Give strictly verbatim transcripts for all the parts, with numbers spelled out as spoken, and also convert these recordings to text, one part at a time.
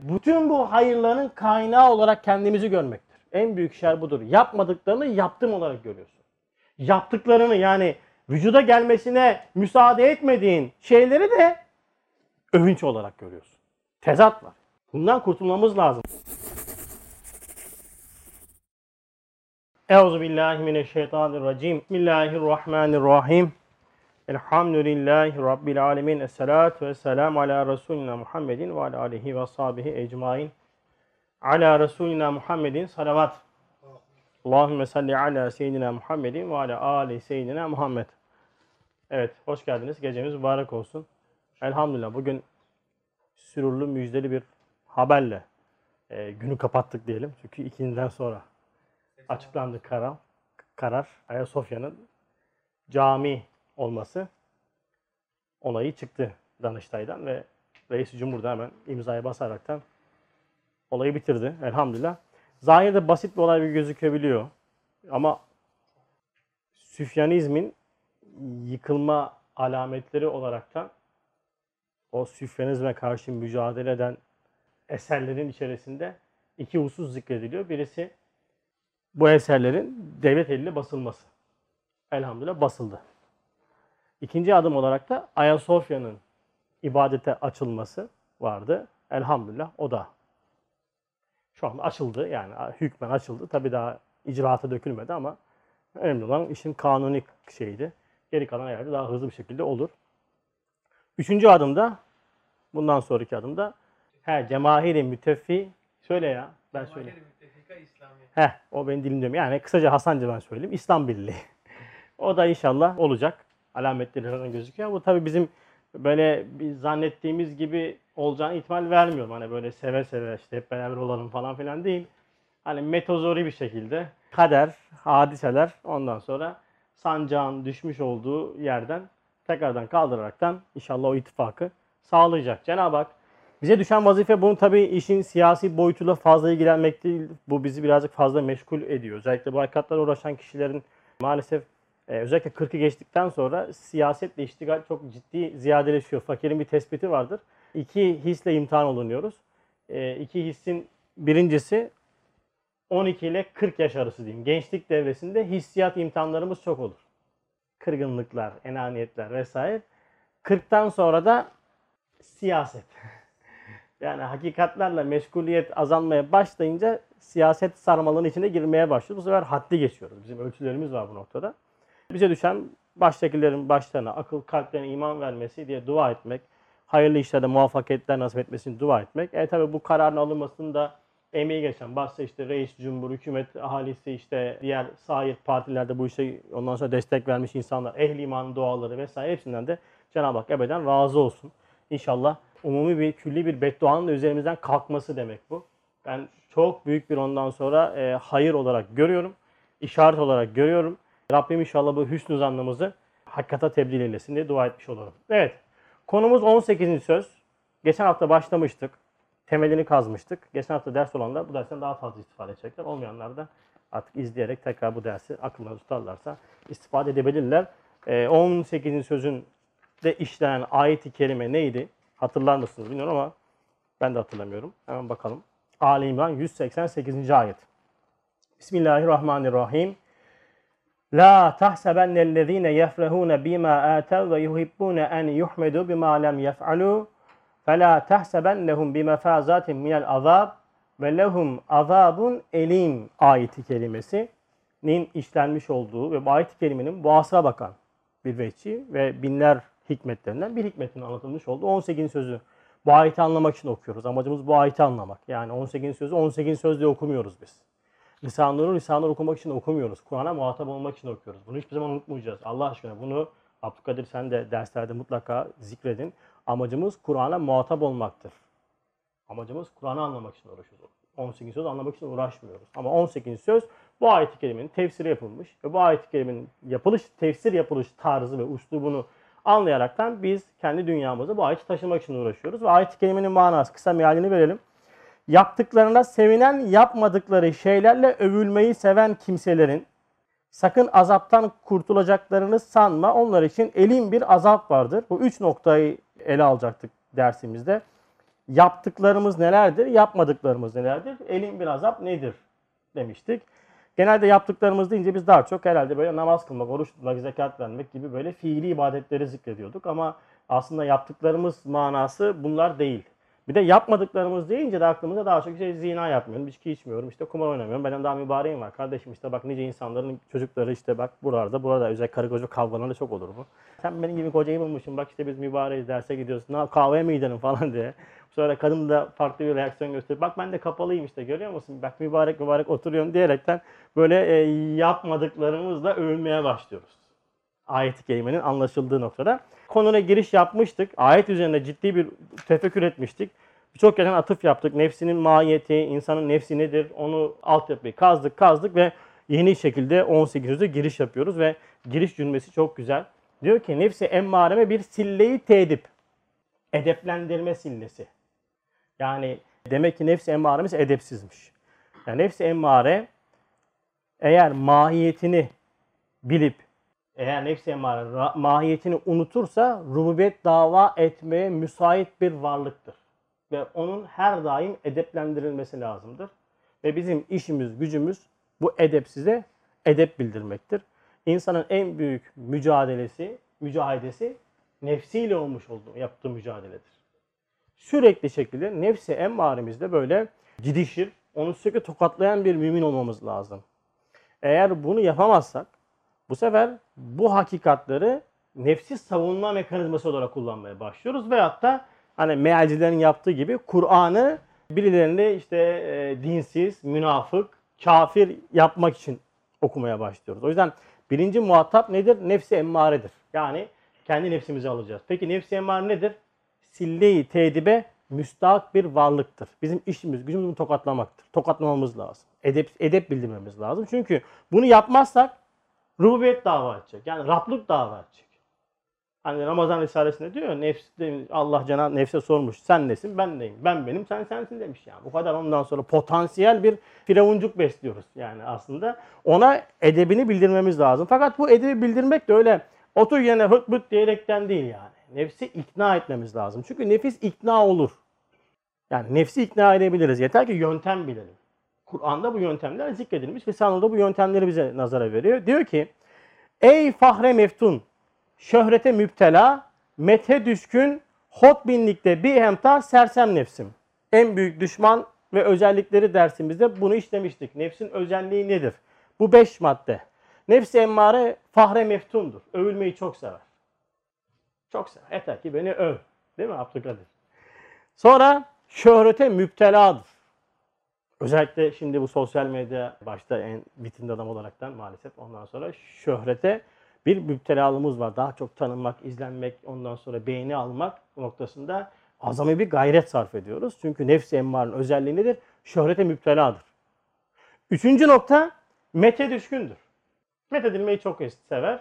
Bütün bu hayırların kaynağı olarak kendimizi görmektir. En büyük şer budur. Yapmadıklarını yaptım olarak görüyorsun. Yaptıklarını, yani vücuda gelmesine müsaade etmediğin şeyleri de övünç olarak görüyorsun. Tezat var. Bundan kurtulmamız lazım. Euzubillahimineşşeytanirracim. Bismillahirrahmanirrahim. Elhamdülillahi Rabbil alemin. Esselatu vesselamu ala Resulina Muhammedin ve ala alihi ve sahbihi ecmain. Ala Resulina Muhammedin salavat. Allahümme salli ala seyyidina Muhammedin ve ala ali seyyidina Muhammed. Evet, hoş geldiniz. Gecemiz mübarek olsun. Elhamdülillah bugün sürurlu, müjdeli bir haberle e, günü kapattık diyelim. Çünkü ikindiden sonra açıklandı karar. Karar Ayasofya'nın cami olması onayı çıktı Danıştay'dan ve Reis-i Cumhur da hemen imzayı basaraktan olayı bitirdi. Elhamdülillah. Zahirde basit bir olay bir gözükebiliyor. Ama Süfyanizmin yıkılma alametleri olaraktan o Süfyanizme karşı mücadele eden eserlerin içerisinde iki husus zikrediliyor. Birisi bu eserlerin devlet eliyle basılması. Elhamdülillah basıldı. İkinci adım olarak da Ayasofya'nın ibadete açılması vardı. Elhamdülillah o da şu anda açıldı. Yani hükmen açıldı. Tabii daha icraata dökülmedi ama önemli olan işin kanuni şeydi. Geri kalan yerde daha hızlı bir şekilde olur. Üçüncü adımda, bundan sonraki adımda he cemahiri müteffi söyle ya ben söyleyeyim. He o benim dilim diyorum. Yani kısaca Hasanca ben söyleyeyim. İslam Birliği. O da inşallah olacak. Alametleri gözüküyor. Bu tabii bizim böyle bir zannettiğimiz gibi olacağını ihtimal vermiyorum. Hani böyle seve seve işte hep beraber olalım falan filan değil. Hani metozori bir şekilde kader, hadiseler ondan sonra sancağın düşmüş olduğu yerden tekrardan kaldıraraktan inşallah o ittifakı sağlayacak. Cenab-ı Hak bize düşen vazife bunu tabii işin siyasi boyutuyla fazla ilgilenmek değil. Bu bizi birazcık fazla meşgul ediyor. Özellikle bu hakikatlerle uğraşan kişilerin maalesef Ee, özellikle kırkı geçtikten sonra siyasetle iştigal çok ciddi ziyadeleşiyor. Fakirin bir tespiti vardır. İki hisle imtihan olunuyoruz. Ee, iki hissin birincisi on iki ile kırk yaş arası diyeyim. Gençlik devresinde hissiyat imtihanlarımız çok olur. Kırgınlıklar, enaniyetler vesaire. kırktan sonra da siyaset. Yani hakikatlerle meşguliyet azalmaya başlayınca siyaset sarmalının içine girmeye başlıyoruz. Bu sefer haddi geçiyoruz. Bizim ölçülerimiz var bu noktada. Bize düşen baştakilerin başlarına akıl, kalplerine iman vermesi diye dua etmek, hayırlı işlerde muvaffakiyetler nasip etmesini dua etmek. E tabi bu kararın alınmasında emeği geçen, başta işte reis, cumhur, hükümet, ahalisi, işte diğer sair partilerde bu işe ondan sonra destek vermiş insanlar, ehli imanın duaları vesaire hepsinden de Cenab-ı Hak ebeden razı olsun. İnşallah umumi bir, külli bir bedduanın da üzerimizden kalkması demek bu. Ben çok büyük bir ondan sonra e, hayır olarak görüyorum, işaret olarak görüyorum. Rabbim inşallah bu hüsnü zannımızı hakikata tebdil eylesin diye dua etmiş olalım. Evet, konumuz on sekizinci söz. Geçen hafta başlamıştık, temelini kazmıştık. Geçen hafta ders olanlar bu dersten daha fazla istifade edecekler. Olmayanlar da artık izleyerek tekrar bu dersi akıllarında tutarlarsa istifade edebilirler. Ee, on sekizinci sözün de işlenen ayet-i kerime neydi? Hatırlar mısınız bilmiyorum ama ben de hatırlamıyorum. Hemen bakalım. Ali İmran yüz seksen sekizinci ayet. Bismillahirrahmanirrahim. La tahsabennellezine yefrahun bima atav ve yuhibbun en yuhmedu bima lem yef'alu fela tahsabennahum bimefazatin minel azab ve lehum azabun elim ayeti kelimesinin işlenmiş olduğu ve bu ayet-i kerimenin bu asra bakan bir vecih ve binler hikmetlerinden bir hikmetinin anlatılmış olduğu on sekizinci sözü bu ayeti anlamak için okuyoruz. Amacımız bu ayeti anlamak. Yani on sekizinci sözü on sekizinci sözle okumuyoruz biz. Lisanları lisanları okumak için okumuyoruz. Kur'an'a muhatap olmak için okuyoruz. Bunu hiçbir zaman unutmayacağız. Allah aşkına bunu Abdülkadir sen de derslerde mutlaka zikredin. Amacımız Kur'an'a muhatap olmaktır. Amacımız Kur'an'ı anlamak için uğraşıyoruz. on sekizinci söz anlamak için uğraşmıyoruz. Ama on sekizinci söz bu ayet-i kerimenin tefsiri yapılmış. Ve bu ayet-i kerimenin yapılış, tefsir yapılış tarzı ve üslubunu anlayaraktan biz kendi dünyamızı bu ayeti taşımak için uğraşıyoruz. Ve ayet-i kerimenin manası kısa mealini verelim. Yaptıklarına sevinen, yapmadıkları şeylerle övülmeyi seven kimselerin sakın azaptan kurtulacaklarını sanma. Onlar için elin bir azap vardır. Bu üç noktayı ele alacaktık dersimizde. yaptıklarımız nelerdir, yapmadıklarımız nelerdir, elin bir azap nedir demiştik. Genelde yaptıklarımız deyince biz daha çok herhalde böyle namaz kılmak, oruç tutmak, zekat vermek gibi böyle fiili ibadetleri zikrediyorduk. Ama aslında yaptıklarımız manası bunlar değil. Bir de yapmadıklarımız deyince de aklımıza daha çok işte zina yapmıyorum, içki içmiyorum, işte kumar oynamıyorum. Benim daha mübareğim var. Kardeşim işte bak nice insanların çocukları işte bak buralarda, burada özellikle karı koca kavgalarında çok olur bu. Sen benim gibi kocayı bulmuşsun, bak işte biz mübareğiz, derse gidiyoruz, ne kahveye mi gidelim falan diye. Sonra kadın da farklı bir reaksiyon gösteriyor. Bak ben de kapalıyım işte görüyor musun? Bak mübarek mübarek oturuyorum diyerekten böyle e, yapmadıklarımızla övülmeye başlıyoruz. Ayet-i Kerime'nin anlaşıldığı noktada. Konuya giriş yapmıştık. Ayet üzerinde ciddi bir tefekkür etmiştik. Birçok yerden atıf yaptık. Nefsinin mahiyeti, insanın nefsi nedir? Onu altyapıyı kazdık, kazdık ve yeni şekilde on sekiz giriş yapıyoruz ve giriş cümlesi çok güzel. Diyor ki nefsi emmareme bir sille-i tedip. Edeplendirme sillesi. Yani demek ki nefsi emmaremiz edepsizmiş. Yani nefsi emmare eğer mahiyetini bilip, eğer nefsi emmare mahiyetini unutursa rububiyet dava etmeye müsait bir varlıktır. Ve onun her daim edeplendirilmesi lazımdır. Ve bizim işimiz, gücümüz bu edepsize edep bildirmektir. İnsanın en büyük mücadelesi, mücahidesi nefsiyle olmuş olduğu, yaptığı mücadeledir. Sürekli şekilde nefsi emmaremizde böyle gidişir, onu sürekli tokatlayan bir mümin olmamız lazım. Eğer bunu yapamazsak bu sefer bu hakikatleri nefsi savunma mekanizması olarak kullanmaya başlıyoruz. Veyahut da hani mealcilerin yaptığı gibi Kur'an'ı birilerini işte e, dinsiz, münafık, kafir yapmak için okumaya başlıyoruz. O yüzden birinci muhatap nedir? Nefsi emmaredir. Yani kendi nefsimizi alacağız. Peki nefsi emmare nedir? Sille-i tedibe müstahak bir varlıktır. Bizim işimiz, gücümüz bunu tokatlamaktır. Tokatlamamız lazım. Edep, edep bildirmemiz lazım. Çünkü bunu yapmazsak rububiyet dava edecek. Yani Rablık dava edecek. Hani Ramazan Risalesi'nde diyor nefs, Allah Cenab-ı nefse sormuş. Sen nesin? Ben neyim? Ben benim, sen sensin demiş yani. Bu kadar ondan sonra potansiyel bir firavuncuk besliyoruz yani aslında. Ona edebini bildirmemiz lazım. Fakat bu edebi bildirmek de öyle otur yerine hıt bıt diyerekten değil yani. Nefsi ikna etmemiz lazım. Çünkü nefis ikna olur. Yani nefsi ikna edebiliriz. Yeter ki yöntem bilelim. Kur'an'da bu yöntemler zikredilmiş. Risale-i Nur'da bu yöntemleri bize nazara veriyor. Diyor ki, ey fahre meftun, şöhrete müptela, methe düşkün, hotbinlikte bir hemtar sersem nefsim. En büyük düşman ve özellikleri dersimizde bunu işlemiştik. Nefsin özelliği nedir? Bu beş madde. Nefs-i emmare fahre meftundur. Övülmeyi çok sever. Çok sever. Yeter ki beni öv. Değil mi Abdülkadir? Sonra şöhrete müpteladır. Özellikle şimdi bu sosyal medya başta en vitrinde adam olaraktan maalesef ondan sonra şöhrete bir müptelalığımız var. Daha çok tanınmak, izlenmek, ondan sonra beğeni almak noktasında azami bir gayret sarf ediyoruz. Çünkü nefs-i emmarın özelliği nedir? Şöhrete müpteladır. Üçüncü nokta methe düşkündür. Methedilmeyi çok sever.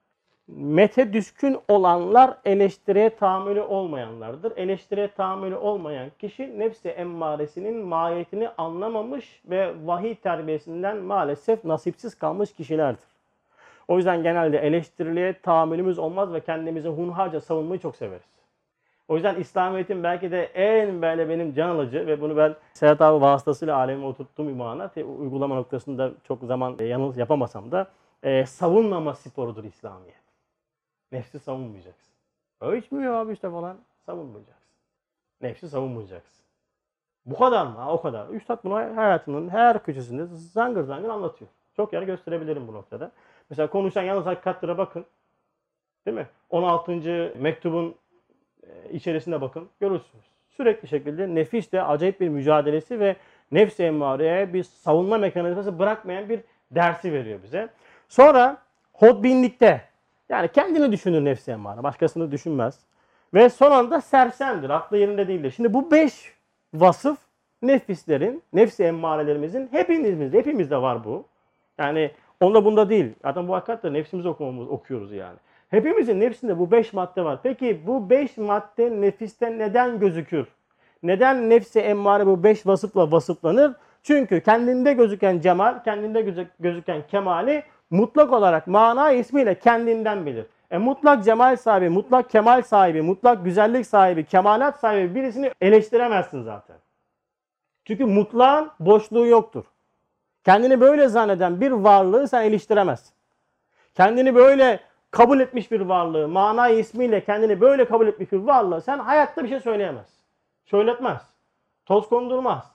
Methe düşkün olanlar eleştiriye tahammülü olmayanlardır. Eleştiriye tahammülü olmayan kişi nefs-i emmaresinin mahiyetini anlamamış ve vahiy terbiyesinden maalesef nasipsiz kalmış kişilerdir. O yüzden genelde eleştiriliğe tahammülümüz olmaz ve kendimizi hunharca savunmayı çok severiz. O yüzden İslamiyet'in belki de en böyle benim can alıcı ve bunu ben Serhat abi vasıtasıyla aleme oturttuğum imana, uygulama noktasında çok zaman yanılış yapamasam da e, savunmama sporudur İslamiyet. Nefsi savunmayacaksın. Ölçmüyor abi işte falan. Savunmayacaksın. Nefsi savunmayacaksın. Bu kadar mı? Ha, o kadar. Üstad bunu hayatının her köşesinde zangır zangır anlatıyor. Çok yer gösterebilirim bu noktada. Mesela konuşan yalnız hakikatlere bakın. Değil mi? on altıncı mektubun içerisinde bakın. Görürsünüz. Sürekli şekilde nefisle acayip bir mücadelesi ve nefs-i emmareye bir savunma mekanizması bırakmayan bir dersi veriyor bize. Sonra hodbinlikte. Yani kendini düşünür nefs-i emmare. Başkasını düşünmez. Ve son anda sersemdir. Aklı yerinde değildir. Şimdi bu beş vasıf nefislerin, nefs-i emmarelerimizin hepimizde, hepimizde var bu. Yani onda bunda değil. Zaten bu hakikaten nefsimizi okumamız, okuyoruz yani. Hepimizin nefsinde bu beş madde var. Peki bu beş madde nefiste neden gözükür? Neden nefs-i emmare bu beş vasıfla vasıflanır? Çünkü kendinde gözüken cemal, kendinde gözüken kemali mutlak olarak mana ismiyle kendinden bilir. E mutlak cemal sahibi, mutlak kemal sahibi, mutlak güzellik sahibi, kemalat sahibi birisini eleştiremezsin zaten. Çünkü mutlağın boşluğu yoktur. Kendini böyle zanneden bir varlığı sen eleştiremezsin. Kendini böyle kabul etmiş bir varlığı, manayı ismiyle kendini böyle kabul etmiş bir varlığı sen hayatta bir şey söyleyemezsin. Söyletmez. Toz kondurmaz.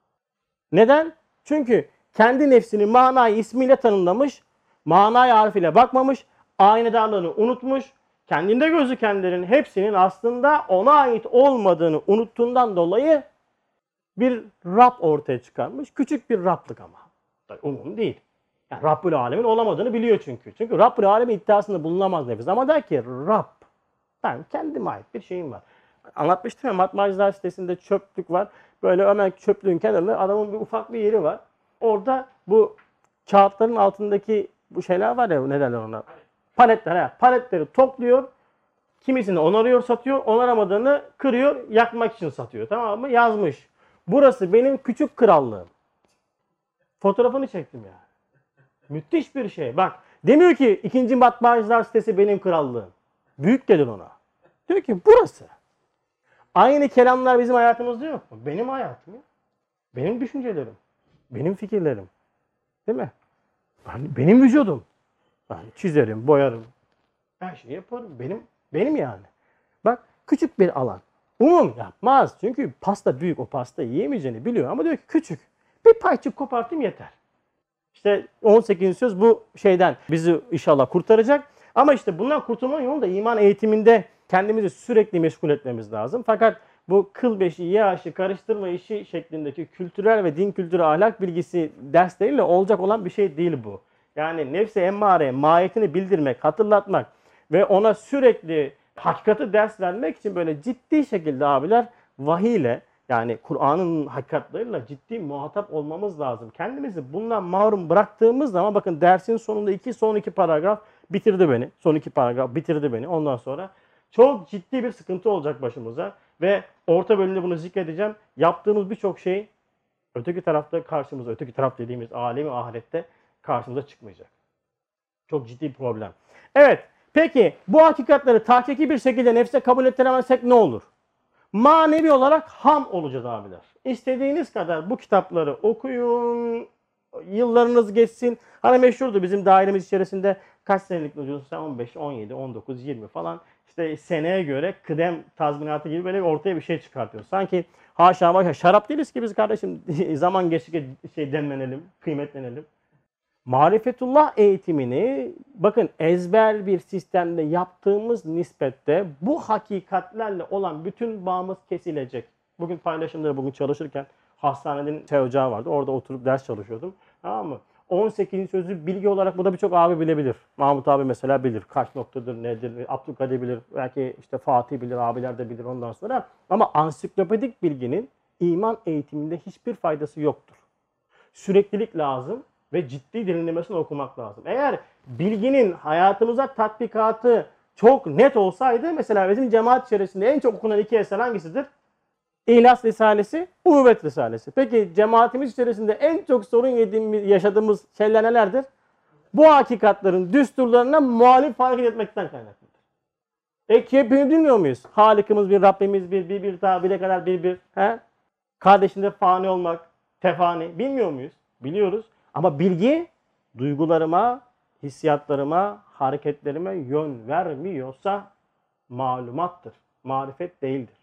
Neden? Çünkü kendi nefsini manayı ismiyle tanımlamış, manayı harfiyle bakmamış, aynedarlığını unutmuş, kendinde gözükenlerin hepsinin aslında ona ait olmadığını unuttuğundan dolayı bir Rab ortaya çıkarmış. Küçük bir Rab'lık ama. Umum değil. Yani Rabbül Alemin olamadığını biliyor çünkü. Çünkü Rabbül Alemin iddiasında bulunamaz nefis. Ama der ki Rab, ben kendime ait bir şeyim var. Anlatmıştım ya, matbaacılar sitesinde çöplük var. Böyle hemen çöplüğün kenarında adamın bir ufak bir yeri var. Orada bu kağıtların altındaki bu şeyler var ya, ne derler ona? Paletler. He. Paletleri topluyor. Kimisini onarıyor, satıyor. Onaramadığını kırıyor, yakmak için satıyor. Tamam mı? Yazmış. Burası benim küçük krallığım. Fotoğrafını çektim ya. Müthiş bir şey. Bak, demiyor ki ikinci matbaacılar sitesi benim krallığım. Büyük dedin ona. Diyor ki burası. Aynı kelamlar bizim hayatımızda yok mu? Benim hayatım. Benim düşüncelerim. Benim fikirlerim. Değil mi? Yani benim vücudum. Yani çizerim, boyarım. Her şeyi yaparım. Benim benim yani. Bak, küçük bir alan. Umum yapmaz. Çünkü pasta büyük. O pasta yiyemeyeceğini biliyor. Ama diyor ki küçük. Bir payçık kopartayım yeter. İşte on sekizinci söz bu şeyden bizi inşallah kurtaracak. Ama işte bundan kurtulmanın yolu da iman eğitiminde kendimizi sürekli meşgul etmemiz lazım. Fakat bu kıl beşi, ye aşı, karıştırma işi şeklindeki kültürel ve din kültürü ahlak bilgisi dersleriyle olacak olan bir şey değil bu. Yani nefsi emmare, mahiyetini bildirmek, hatırlatmak ve ona sürekli hakikati ders vermek için böyle ciddi şekilde abiler vahiy ile, yani Kur'an'ın hakikatleriyle ciddi muhatap olmamız lazım. Kendimizi bundan mahrum bıraktığımız zaman, bakın dersin sonunda iki son iki paragraf bitirdi beni. Son iki paragraf bitirdi beni. Ondan sonra çok ciddi bir sıkıntı olacak başımıza. Ve orta bölümde bunu zikredeceğim. Yaptığımız birçok şey öteki tarafta karşımıza, öteki taraf dediğimiz alemi ahirette karşımıza çıkmayacak. Çok ciddi bir problem. Evet, peki bu hakikatleri tahkiki bir şekilde nefse kabul ettiremezsek ne olur? Manevi olarak ham olacağız abiler. İstediğiniz kadar bu kitapları okuyun, yıllarınız geçsin. Hani meşhurdu bizim dairemiz içerisinde, kaç senelik diyorsun sen, on beş, on yedi, on dokuz, yirmi falan. İşte seneye göre kıdem tazminatı gibi böyle ortaya bir şey çıkartıyor. Sanki haşa haşa şarap değiliz ki biz kardeşim, zaman geçtikçe şey demlenelim, kıymetlenelim. Marifetullah eğitimini bakın ezber bir sistemde yaptığımız nispette bu hakikatlerle olan bütün bağımız kesilecek. Bugün paylaşımları, bugün çalışırken hastanenin çay ocağı vardı. Orada oturup ders çalışıyordum. Tamam mı? on sekizinci sözü bilgi olarak bu da birçok abi bilebilir. Mahmut abi mesela bilir. Kaç noktadır, nedir? Abdülkadir bilir. Belki işte Fatih bilir, abiler de bilir ondan sonra. Ama ansiklopedik bilginin iman eğitiminde hiçbir faydası yoktur. Süreklilik lazım ve ciddi derinlemesine okumak lazım. Eğer bilginin hayatımıza tatbikatı çok net olsaydı, mesela bizim cemaat içerisinde en çok okunan iki eser hangisidir? İhlas Risalesi, Uhuvvet Risalesi. Peki cemaatimiz içerisinde en çok sorun yediğimiz, yaşadığımız şeyler nelerdir? Bu hakikatlerin düsturlarına muhalif hareket etmekten kaynaklıdır. Peki hepimiz bilmiyor muyuz? Halikimiz bir, Rabbimiz bir, bir bir daha bile kadar bir bir. He? Kardeşinde fani olmak, tefani. Bilmiyor muyuz? Biliyoruz. Ama bilgi duygularıma, hissiyatlarıma, hareketlerime yön vermiyorsa malumattır. Marifet değildir.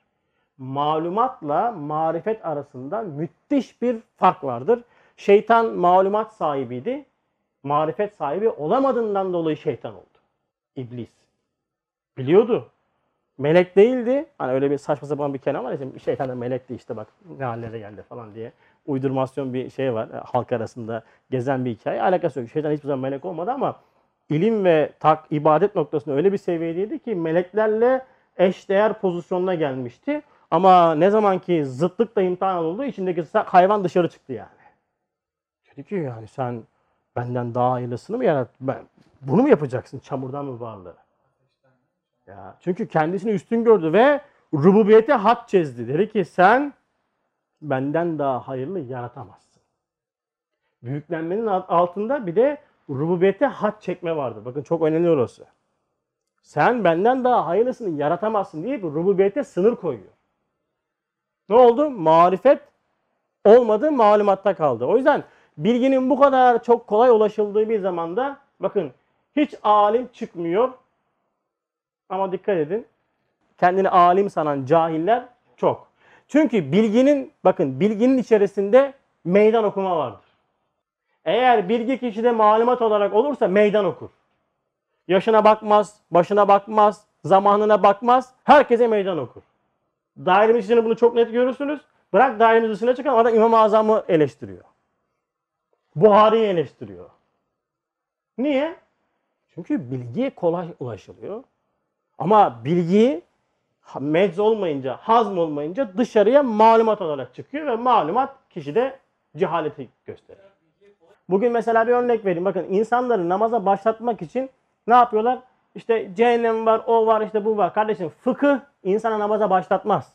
Malumatla marifet arasında müthiş bir fark vardır. Şeytan malumat sahibiydi. Marifet sahibi olamadığından dolayı şeytan oldu. İblis. Biliyordu. Melek değildi. Hani öyle bir saçma sapan bir kelam var ya, şeytan da melekti işte, bak ne hallere geldi falan diye. Uydurmasyon bir şey var. Halk arasında gezen bir hikaye. Alakası yok. Şeytan hiçbir zaman melek olmadı ama ilim ve tak, ibadet noktasında öyle bir seviyedeydi ki meleklerle eşdeğer pozisyonuna gelmişti. Ama ne zaman ki zıtlıkla imtihan oldu, içindeki hayvan dışarı çıktı yani. Dedi ki yani sen benden daha hayırlısını mı yarattın? Ben, bunu mu yapacaksın? Çamurdan mı varlığı? Ya, çünkü kendisini üstün gördü ve rububiyete had çizdi. Dedi ki sen benden daha hayırlı yaratamazsın. Büyüklenmenin altında bir de rububiyete had çekme vardır. Bakın çok önemli orası. Sen benden daha hayırlısını yaratamazsın diye bir rububiyete sınır koyuyor. Ne oldu? Marifet olmadı, malumatta kaldı. O yüzden bilginin bu kadar çok kolay ulaşıldığı bir zamanda bakın hiç alim çıkmıyor. Ama dikkat edin, kendini alim sanan cahiller çok. Çünkü bilginin, bakın bilginin içerisinde meydan okuma vardır. Eğer bilgi kişide malumat olarak olursa meydan okur. Yaşına bakmaz, başına bakmaz, zamanına bakmaz, herkese meydan okur. Dairemiz içinde bunu çok net görürsünüz. Bırak dairemiz dışına çıkan adam İmam-ı Azam'ı eleştiriyor. Buhari'yi eleştiriyor. Niye? Çünkü bilgiye kolay ulaşılıyor. Ama bilgi mecz olmayınca, hazm olmayınca dışarıya malumat olarak çıkıyor ve malumat kişide cehaleti gösterir. Bugün mesela bir örnek vereyim. Bakın insanları namaza başlatmak için ne yapıyorlar? İşte cehennem var, o var, işte bu var. Kardeşim fıkıh insana namaza başlatmaz.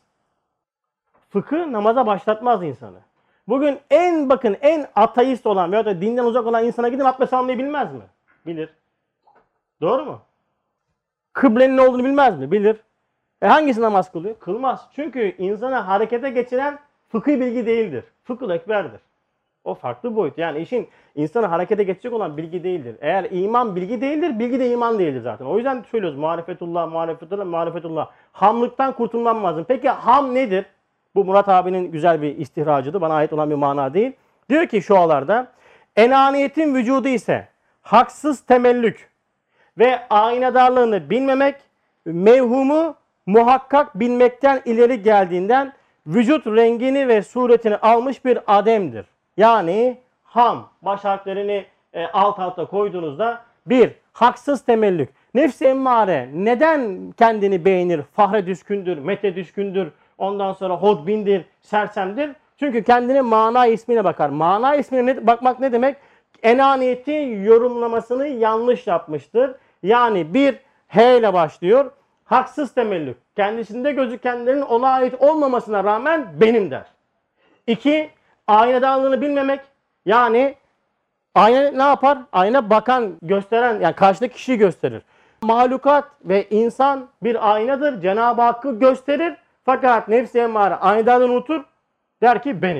Fıkıh namaza başlatmaz insanı. Bugün en bakın en ateist olan veya da dinden uzak olan insana gidin abdest almayı bilmez mi? Bilir. Doğru mu? Kıblenin ne olduğunu bilmez mi? Bilir. E hangisi namaz kılıyor? Kılmaz. Çünkü insanı harekete geçiren fıkhi bilgi değildir. Fıkıh ekberdir. O farklı boyut. Yani işin insanı harekete geçecek olan bilgi değildir. Eğer iman bilgi değildir, bilgi de iman değildir zaten. O yüzden söylüyoruz marifetullah, marifetullah, marifetullah. Hamlıktan kurtulmam lazım. Peki ham nedir? Bu Murat abinin güzel bir istihracıdır. Bana ait olan bir mana değil. Diyor ki şualarda enaniyetin vücudu ise haksız temellük ve aynadarlığını bilmemek, mevhumu muhakkak bilmekten ileri geldiğinden vücut rengini ve suretini almış bir ademdir. Yani ham baş harflerini e, alt alta koyduğunuzda bir haksız temellük. Nefs-i emmare neden kendini beğenir, fahre düşkündür, mete düşkündür, ondan sonra hodbindir, sersemdir? Çünkü kendini mana ismine bakar. Mana ismine ne, bakmak ne demek? Enaniyeti yorumlamasını yanlış yapmıştır. Yani bir H ile başlıyor. Haksız temellük. Kendisinde gözükenlerin ona ait olmamasına rağmen benim der. İki, aynadarlığını bilmemek. Yani ayna ne yapar? Ayna bakan, gösteren, yani karşıdaki kişiyi gösterir. Mahlukat ve insan bir aynadır. Cenab-ı Hakk'ı gösterir. Fakat nefs-i emmare aynadarlığını unutur. Der ki benim.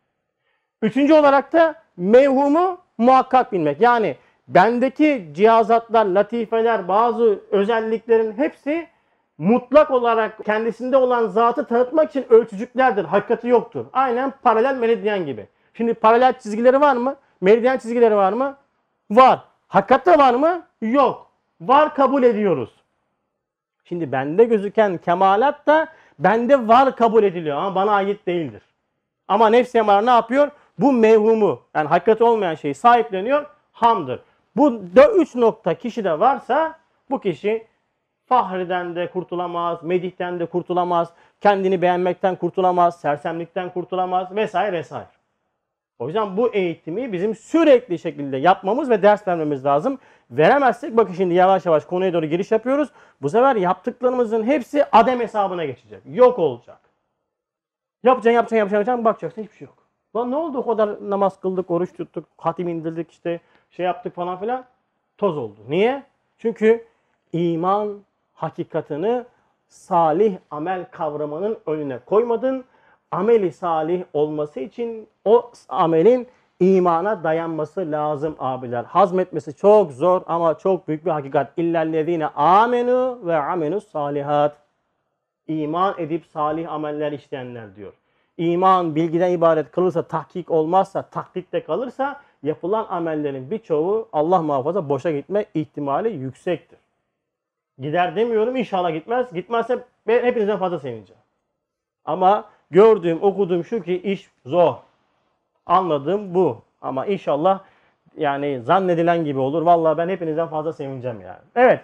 Üçüncü olarak da mevhumu muhakkak bilmek. Yani bendeki cihazatlar, latifeler, bazı özelliklerin hepsi mutlak olarak kendisinde olan zatı tanıtmak için ölçücüklerdir. Hakikati yoktur. Aynen paralel meridyen gibi. Şimdi paralel çizgileri var mı? Meridyen çizgileri var mı? Var. Hakikatte var mı? Yok. Var, kabul ediyoruz. Şimdi bende gözüken kemalat da bende var kabul ediliyor ama bana ait değildir. Ama nefs-i emmare ne yapıyor? Bu mevhumu, yani hakikati olmayan şeyi sahipleniyor, hamdır. Bu üç nokta kişide varsa bu kişi fahriden de kurtulamaz, medihten de kurtulamaz, kendini beğenmekten kurtulamaz, sersemlikten kurtulamaz vesaire vesaire. O yüzden bu eğitimi bizim sürekli şekilde yapmamız ve ders vermemiz lazım. Veremezsek bakın şimdi yavaş yavaş konuya doğru giriş yapıyoruz. Bu sefer yaptıklarımızın hepsi adem hesabına geçecek. Yok olacak. Yapacaksın, yapacaksın, yapacaksın, yapacaksın, bakacaksın hiçbir şey yok. Lan ne oldu o kadar namaz kıldık, oruç tuttuk, hatim indirdik, işte şey yaptık falan filan. Toz oldu. Niye? Çünkü iman hakikatini salih amel kavramının önüne koymadın. Ameli salih olması için o amelin imana dayanması lazım abiler. Hazmetmesi çok zor ama çok büyük bir hakikat. İllellezine amenu ve amenus salihat. İman edip salih ameller işleyenler diyor. İman bilgiden ibaret kalırsa, tahkik olmazsa, taklitte kalırsa yapılan amellerin birçoğu Allah muhafaza boşa gitme ihtimali yüksektir. Gider demiyorum, inşallah gitmez. Gitmezse ben hepinizden fazla sevineceğim. Ama gördüğüm, okuduğum şu ki iş zor. Anladığım bu. Ama inşallah yani zannedilen gibi olur. Vallahi ben hepinizden fazla sevineceğim yani. Evet.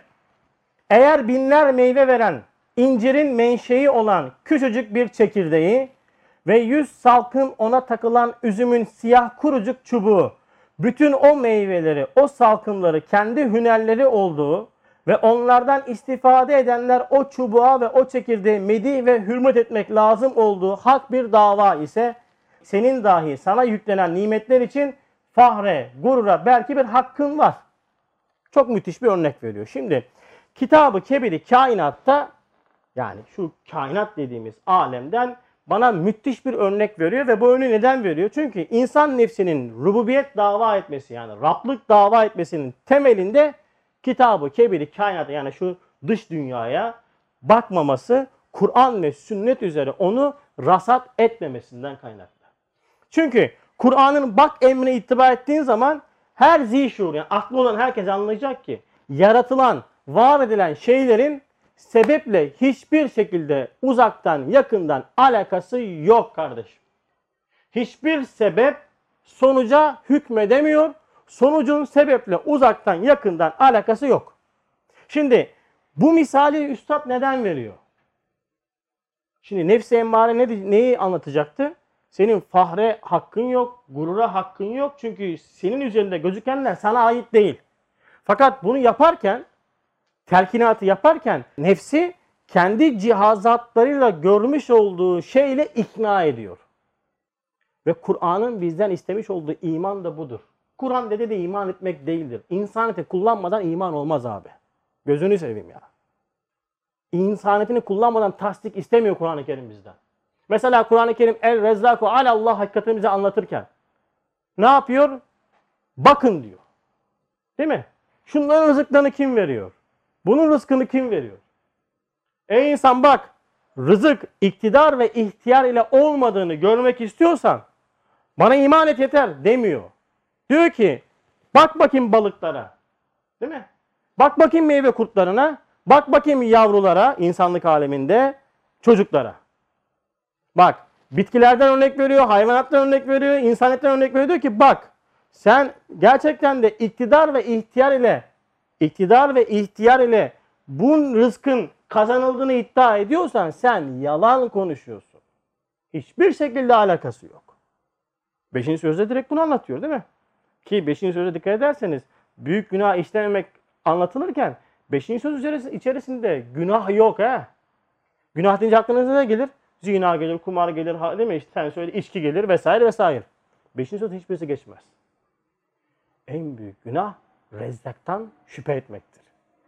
Eğer binler meyve veren, incirin menşei olan küçücük bir çekirdeği ve yüz salkım ona takılan üzümün siyah kurucuk çubuğu, bütün o meyveleri, o salkımları kendi hünerleri olduğu ve onlardan istifade edenler o çubuğa ve o çekirdeği medih ve hürmet etmek lazım olduğu hak bir dava ise senin dahi sana yüklenen nimetler için fahre, gurura belki bir hakkın var. Çok müthiş bir örnek veriyor. Şimdi Kitab-ı Kebir-i Kainat'ta, yani şu kainat dediğimiz alemden bana müthiş bir örnek veriyor ve bu örneği neden veriyor? Çünkü insan nefsinin rububiyet dava etmesi, yani Rablık dava etmesinin temelinde Kitab-ı Kebir-i Kainat'a, yani şu dış dünyaya bakmaması, Kur'an ve sünnet üzere onu rasat etmemesinden kaynaklı. Çünkü Kur'an'ın bak emrine ittiba ettiğin zaman her zişur, yani aklı olan herkes anlayacak ki yaratılan, var edilen şeylerin sebeple hiçbir şekilde uzaktan yakından alakası yok kardeşim. Hiçbir sebep sonuca hükmedemiyor. Sonucun sebeple uzaktan yakından alakası yok. Şimdi bu misali üstad neden veriyor? Şimdi nefs-i emmare ne, neyi anlatacaktı? Senin fahre hakkın yok, gurura hakkın yok. Çünkü senin üzerinde gözükenler sana ait değil. Fakat bunu yaparken, telkinatı yaparken nefsi kendi cihazatlarıyla görmüş olduğu şeyle ikna ediyor. Ve Kur'an'ın bizden istemiş olduğu iman da budur. Kur'an dedi de iman etmek değildir. İnsaniyeti kullanmadan iman olmaz abi. Gözünü seveyim ya. İnsaniyetini kullanmadan tasdik istemiyor Kur'an-ı Kerim bizden. Mesela Kur'an-ı Kerim El Rezzaku Alallah hakikatini bize anlatırken ne yapıyor? Bakın diyor. Değil mi? Şunların rızıklarını kim veriyor? Bunun rızkını kim veriyor? Ey insan bak, rızık, iktidar ve ihtiyar ile olmadığını görmek istiyorsan bana iman et yeter demiyor. Diyor ki bak bakayım balıklara. Değil mi? Bak bakayım meyve kurtlarına. Bak bakayım yavrulara, insanlık aleminde çocuklara. Bak, bitkilerden örnek veriyor, hayvanattan örnek veriyor, insanetten örnek veriyor. Diyor ki bak, sen gerçekten de iktidar ve ihtiyar ile iktidar ve ihtiyar ile bu rızkın kazanıldığını iddia ediyorsan sen yalan konuşuyorsun. Hiçbir şekilde alakası yok. Beşinci sözde direkt bunu anlatıyor değil mi? Ki beşinci sözde dikkat ederseniz büyük günah işlememek anlatılırken beşinci söz içerisinde günah yok he. Günah deyince aklınıza ne gelir? Zina gelir, kumar gelir, değil mi? İşte sen söyle, içki gelir vesaire vesaire. Beşinci söz hiçbirisi geçmez. En büyük günah Rezzak'tan şüphe etmektir.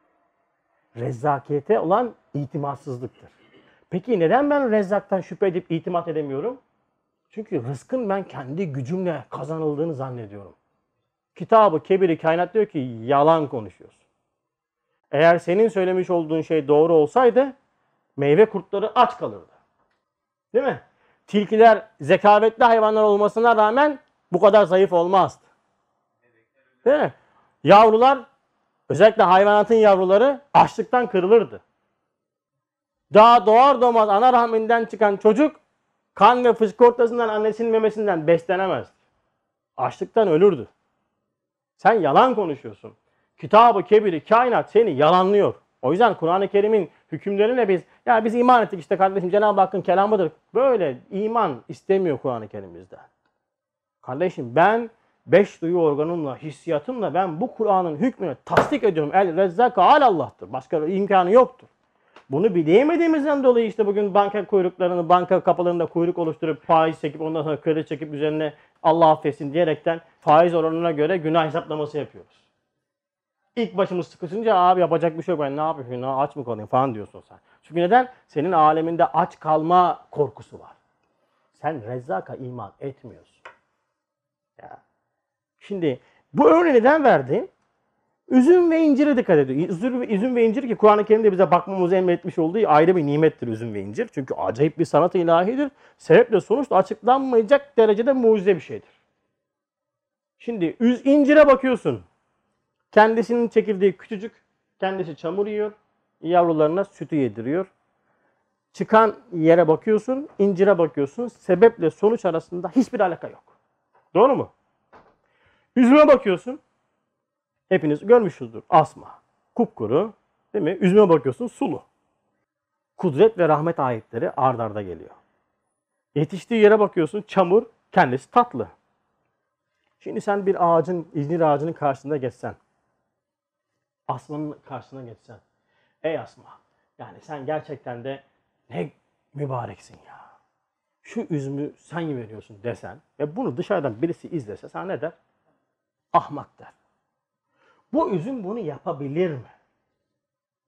Rezzakiyete olan itimatsızlıktır. Peki neden ben Rezzak'tan şüphe edip itimat edemiyorum? Çünkü rızkın ben kendi gücümle kazanıldığını zannediyorum. Kitab-ı Kebir-i Kainat diyor ki yalan konuşuyorsun. Eğer senin söylemiş olduğun şey doğru olsaydı meyve kurtları aç kalırdı. Değil mi? Tilkiler zekavetli hayvanlar olmasına rağmen bu kadar zayıf olmazdı. Değil mi? Yavrular, özellikle hayvanatın yavruları açlıktan kırılırdı. Daha doğar doğmaz ana rahminden çıkan çocuk kan ve fışkı ortasından annesinin memesinden beslenemezdi. Açlıktan ölürdü. Sen yalan konuşuyorsun. Kitab-ı Kebir-i Kainat seni yalanlıyor. O yüzden Kur'an-ı Kerim'in hükümlerine biz ya biz iman ettik işte kardeşim Cenab-ı Hakk'ın kelamıdır. Böyle iman istemiyor Kur'an-ı Kerim bizden. Kardeşim ben beş duyu organımla, hissiyatımla ben bu Kur'an'ın hükmünü tasdik ediyorum. El Rezzaka Alallah'tır. Başka imkanı yoktur. Bunu bilemediğimizden dolayı işte bugün banka kuyruklarını, banka kapılarında kuyruk oluşturup faiz çekip ondan sonra kredi çekip üzerine Allah affetsin diyerekten faiz oranına göre günah hesaplaması yapıyoruz. İlk başımız sıkışınca abi yapacak bir şey yok. Ben ne yapayım? Aç mı kalayım falan diyorsun sen. Çünkü neden? Senin aleminde aç kalma korkusu var. Sen Rezzak'a iman etmiyorsun. Ya. Şimdi bu örneği neden verdi? Üzüm ve incire dikkat ediyor. Üzüm, üzüm ve incir ki Kur'an-ı Kerim'de bize bakmamızı emretmiş olduğu ayrı bir nimettir üzüm ve incir. Çünkü acayip bir sanat-ı ilahidir. Sebeple sonuçta açıklanmayacak derecede mucize bir şeydir. Şimdi incire bakıyorsun. Kendisinin çekirdeği küçücük. Kendisi çamur yiyor. Yavrularına sütü yediriyor. Çıkan yere bakıyorsun. İncire bakıyorsun. Sebeple sonuç arasında hiçbir alaka yok. Doğru mu? Üzüme bakıyorsun. Hepiniz görmüşsünüzdür. Asma. Kupkuru. Değil mi? Üzüme bakıyorsun. Sulu. Kudret ve rahmet ayetleri ard arda geliyor. Yetiştiği yere bakıyorsun. Çamur. Kendisi tatlı. Şimdi sen bir ağacın, İzmir ağacının karşısında geçsen. Asmanın karşısına geçsen. Ey Asma. Yani sen gerçekten de ne mübareksin ya. Şu üzümü sen veriyorsun desen ve bunu dışarıdan birisi izlese sana ne der? Ahmak der. Bu üzüm bunu yapabilir mi?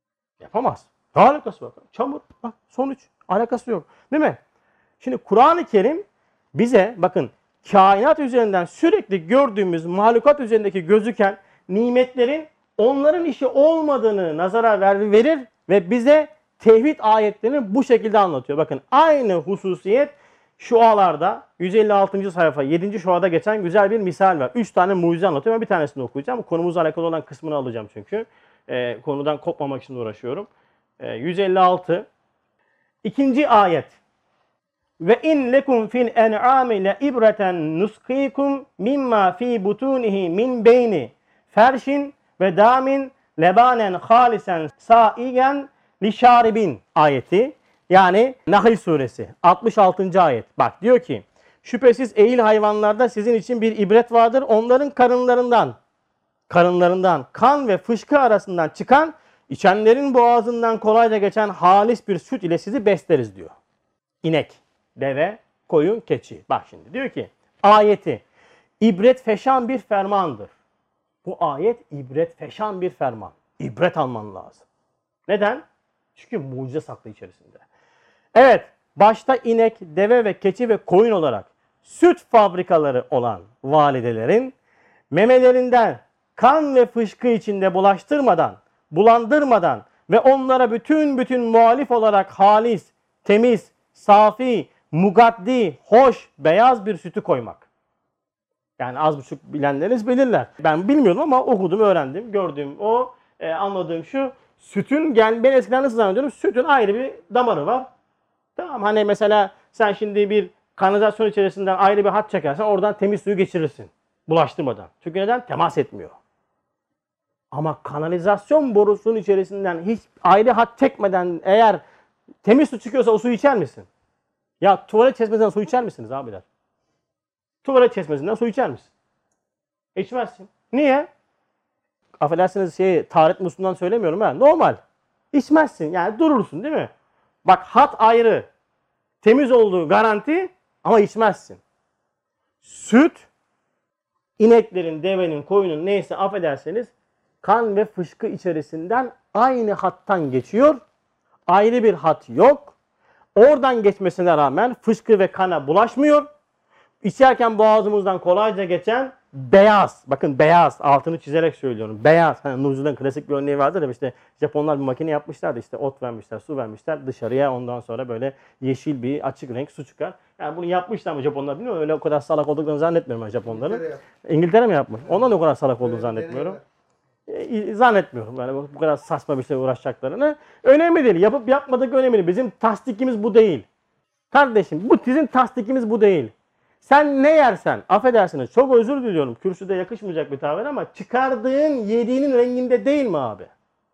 Yapamaz. Ne alakası var? Çamur. Bak sonuç. Alakası yok. Değil mi? Şimdi Kur'an-ı Kerim bize bakın kainat üzerinden sürekli gördüğümüz mahlukat üzerindeki gözüken nimetlerin onların işi olmadığını nazara ver, verir ve bize tevhid ayetlerini bu şekilde anlatıyor. Bakın aynı hususiyet şualarda yüz elli altıncı sayfa yedinci şuada geçen güzel bir misal var. üç tane mucize anlatıyor. Ben bir tanesini okuyacağım. Konumuzla alakalı olan kısmını alacağım çünkü. Ee, konudan kopmamak için uğraşıyorum. Ee, yüz elli altı. İkinci ayet. Ve in lekum fil en'ami la ibreten nuskikum mimma fi butunihi min beyni ferşin ve damin lebanen halisen saigen lişaribin ayeti. Yani Nahl suresi altmış altıncı ayet. Bak diyor ki şüphesiz ehil hayvanlarda sizin için bir ibret vardır. Onların karınlarından karınlarından kan ve fışkı arasından çıkan içenlerin boğazından kolayca geçen halis bir süt ile sizi besleriz diyor. İnek, deve, koyun, keçi. Bak şimdi diyor ki ayeti ibret feşan bir fermandır. Bu ayet ibret feşan bir ferman. İbret alman lazım. Neden? Çünkü mucize saklı içerisinde. Evet, başta inek, deve ve keçi ve koyun olarak süt fabrikaları olan validelerin memelerinden kan ve fışkı içinde bulaştırmadan, bulandırmadan ve onlara bütün bütün muhalif olarak halis, temiz, safi, mugaddi, hoş, beyaz bir sütü koymak. Yani az buçuk bilenleriniz bilirler. Ben bilmiyordum ama okudum, öğrendim, gördüğüm o, e, anladığım şu. Sütün, yani ben eskiden nasıl zannediyorum? Sütün ayrı bir damarı var. Tamam, hani mesela sen şimdi bir kanalizasyon içerisinden ayrı bir hat çekersen oradan temiz suyu geçirirsin. Bulaştırmadan. Çünkü neden? Temas etmiyor. Ama kanalizasyon borusunun içerisinden hiç ayrı hat çekmeden eğer temiz su çıkıyorsa o suyu içer misin? Ya tuvalet çeşmesinden su içer misiniz abiler? Tuvalet çeşmesinden su içer misin? İçmezsin. Niye? Affedersiniz şey, taharet musluğundan söylemiyorum ha. Normal. İçmezsin. Yani durursun değil mi? Bak hat ayrı. Temiz olduğu garanti ama içmezsin. Süt, ineklerin, devenin, koyunun neyse affederseniz kan ve fışkı içerisinden aynı hattan geçiyor. Ayrı bir hat yok. Oradan geçmesine rağmen fışkı ve kana bulaşmıyor. İçerken boğazımızdan kolayca geçen beyaz, bakın beyaz, altını çizerek söylüyorum. Beyaz, hani Nurcu'dan klasik bir örneği vardır ya, işte Japonlar bir makine yapmışlar da işte ot vermişler, su vermişler dışarıya, ondan sonra böyle yeşil bir açık renk su çıkar. Yani bunu yapmışlar mı Japonlar bilmiyorum, öyle o kadar salak olduklarını zannetmiyorum ben Japonların. İngiltere, İngiltere mi yapmış? Ondan da o kadar salak olduğunu zannetmiyorum. E, zannetmiyorum yani bu kadar saçma bir şey uğraşacaklarını. Önemli değil, yapıp yapmadık önemli değil. Bizim tasdikimiz bu değil. Kardeşim bu bizim tasdikimiz bu değil. Sen ne yersen, affedersiniz çok özür diliyorum, kürsüde yakışmayacak bir tabir ama çıkardığın yediğinin renginde değil mi abi?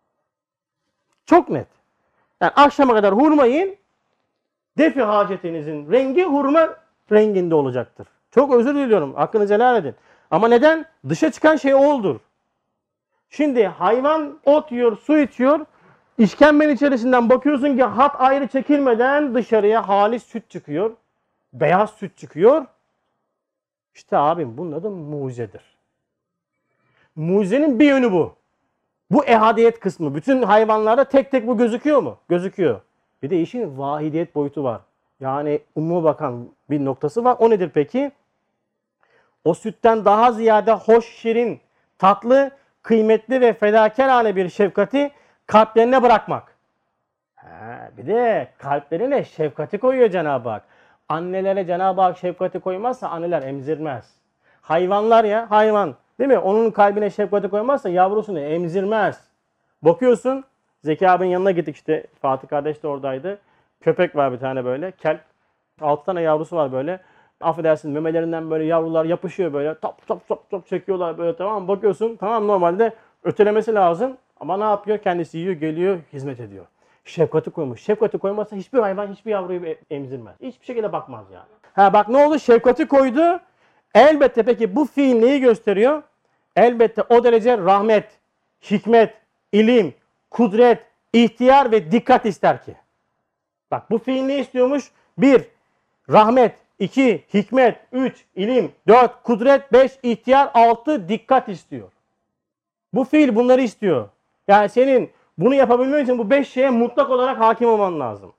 Çok net. Yani akşama kadar hurma yiyin, defi hacetinizin rengi hurma renginde olacaktır. Çok özür diliyorum, hakkınızı helal edin. Ama neden? Dışa çıkan şey oldur. Şimdi hayvan ot yiyor, su içiyor, işkembenin içerisinden bakıyorsun ki hat ayrı çekilmeden dışarıya halis süt çıkıyor, beyaz süt çıkıyor. İşte abim bunun adı mucizedir. Mucizenin bir yönü bu. Bu ehadiyet kısmı. Bütün hayvanlarda tek tek bu gözüküyor mu? Gözüküyor. Bir de işin vahidiyet boyutu var. Yani umuma bakan bir noktası var. O nedir peki? O sütten daha ziyade hoş, şirin, tatlı, kıymetli ve fedakarane bir şefkati kalplerine bırakmak. Ha, bir de kalplerine şefkati koyuyor Cenab-ı Hak. Annelere Cenab-ı Hak şefkati koymazsa anneler emzirmez. Hayvanlar ya, hayvan değil mi? Onun kalbine şefkati koymazsa yavrusunu emzirmez. Bakıyorsun, Zeki abinin yanına gittik işte, Fatih kardeş de oradaydı. Köpek var bir tane böyle, kelp. Altı tane yavrusu var böyle. Affedersin memelerinden böyle yavrular yapışıyor böyle. Top top top top çekiyorlar böyle, tamam mı? Bakıyorsun, tamam, normalde ötelemesi lazım. Ama ne yapıyor? Kendisi yiyor, geliyor, hizmet ediyor. Şefkati koymuş. Şefkati koymazsa hiçbir hayvan hiçbir yavruyu emzirmez. Hiçbir şekilde bakmaz yani. Ha bak ne oldu? Şefkati koydu. Elbette peki bu fiil neyi gösteriyor? Elbette o derece rahmet, hikmet, ilim, kudret, ihtiyar ve dikkat ister ki. Bak bu fiil ne istiyormuş? Bir, rahmet. iki, hikmet. üç, ilim. dört, kudret. beş, ihtiyar. altı, dikkat istiyor. Bu fiil bunları istiyor. Yani senin Bunu yapabilmen için bu beş şeye mutlak olarak hakim olman lazım.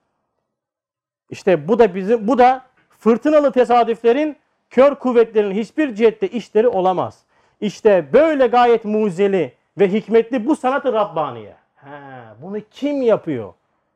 İşte bu da bizim bu da fırtınalı tesadüflerin, kör kuvvetlerin hiçbir cihette işleri olamaz. İşte böyle gayet mucizeli ve hikmetli bu sanat-ı Rabbaniye. He, bunu kim yapıyor?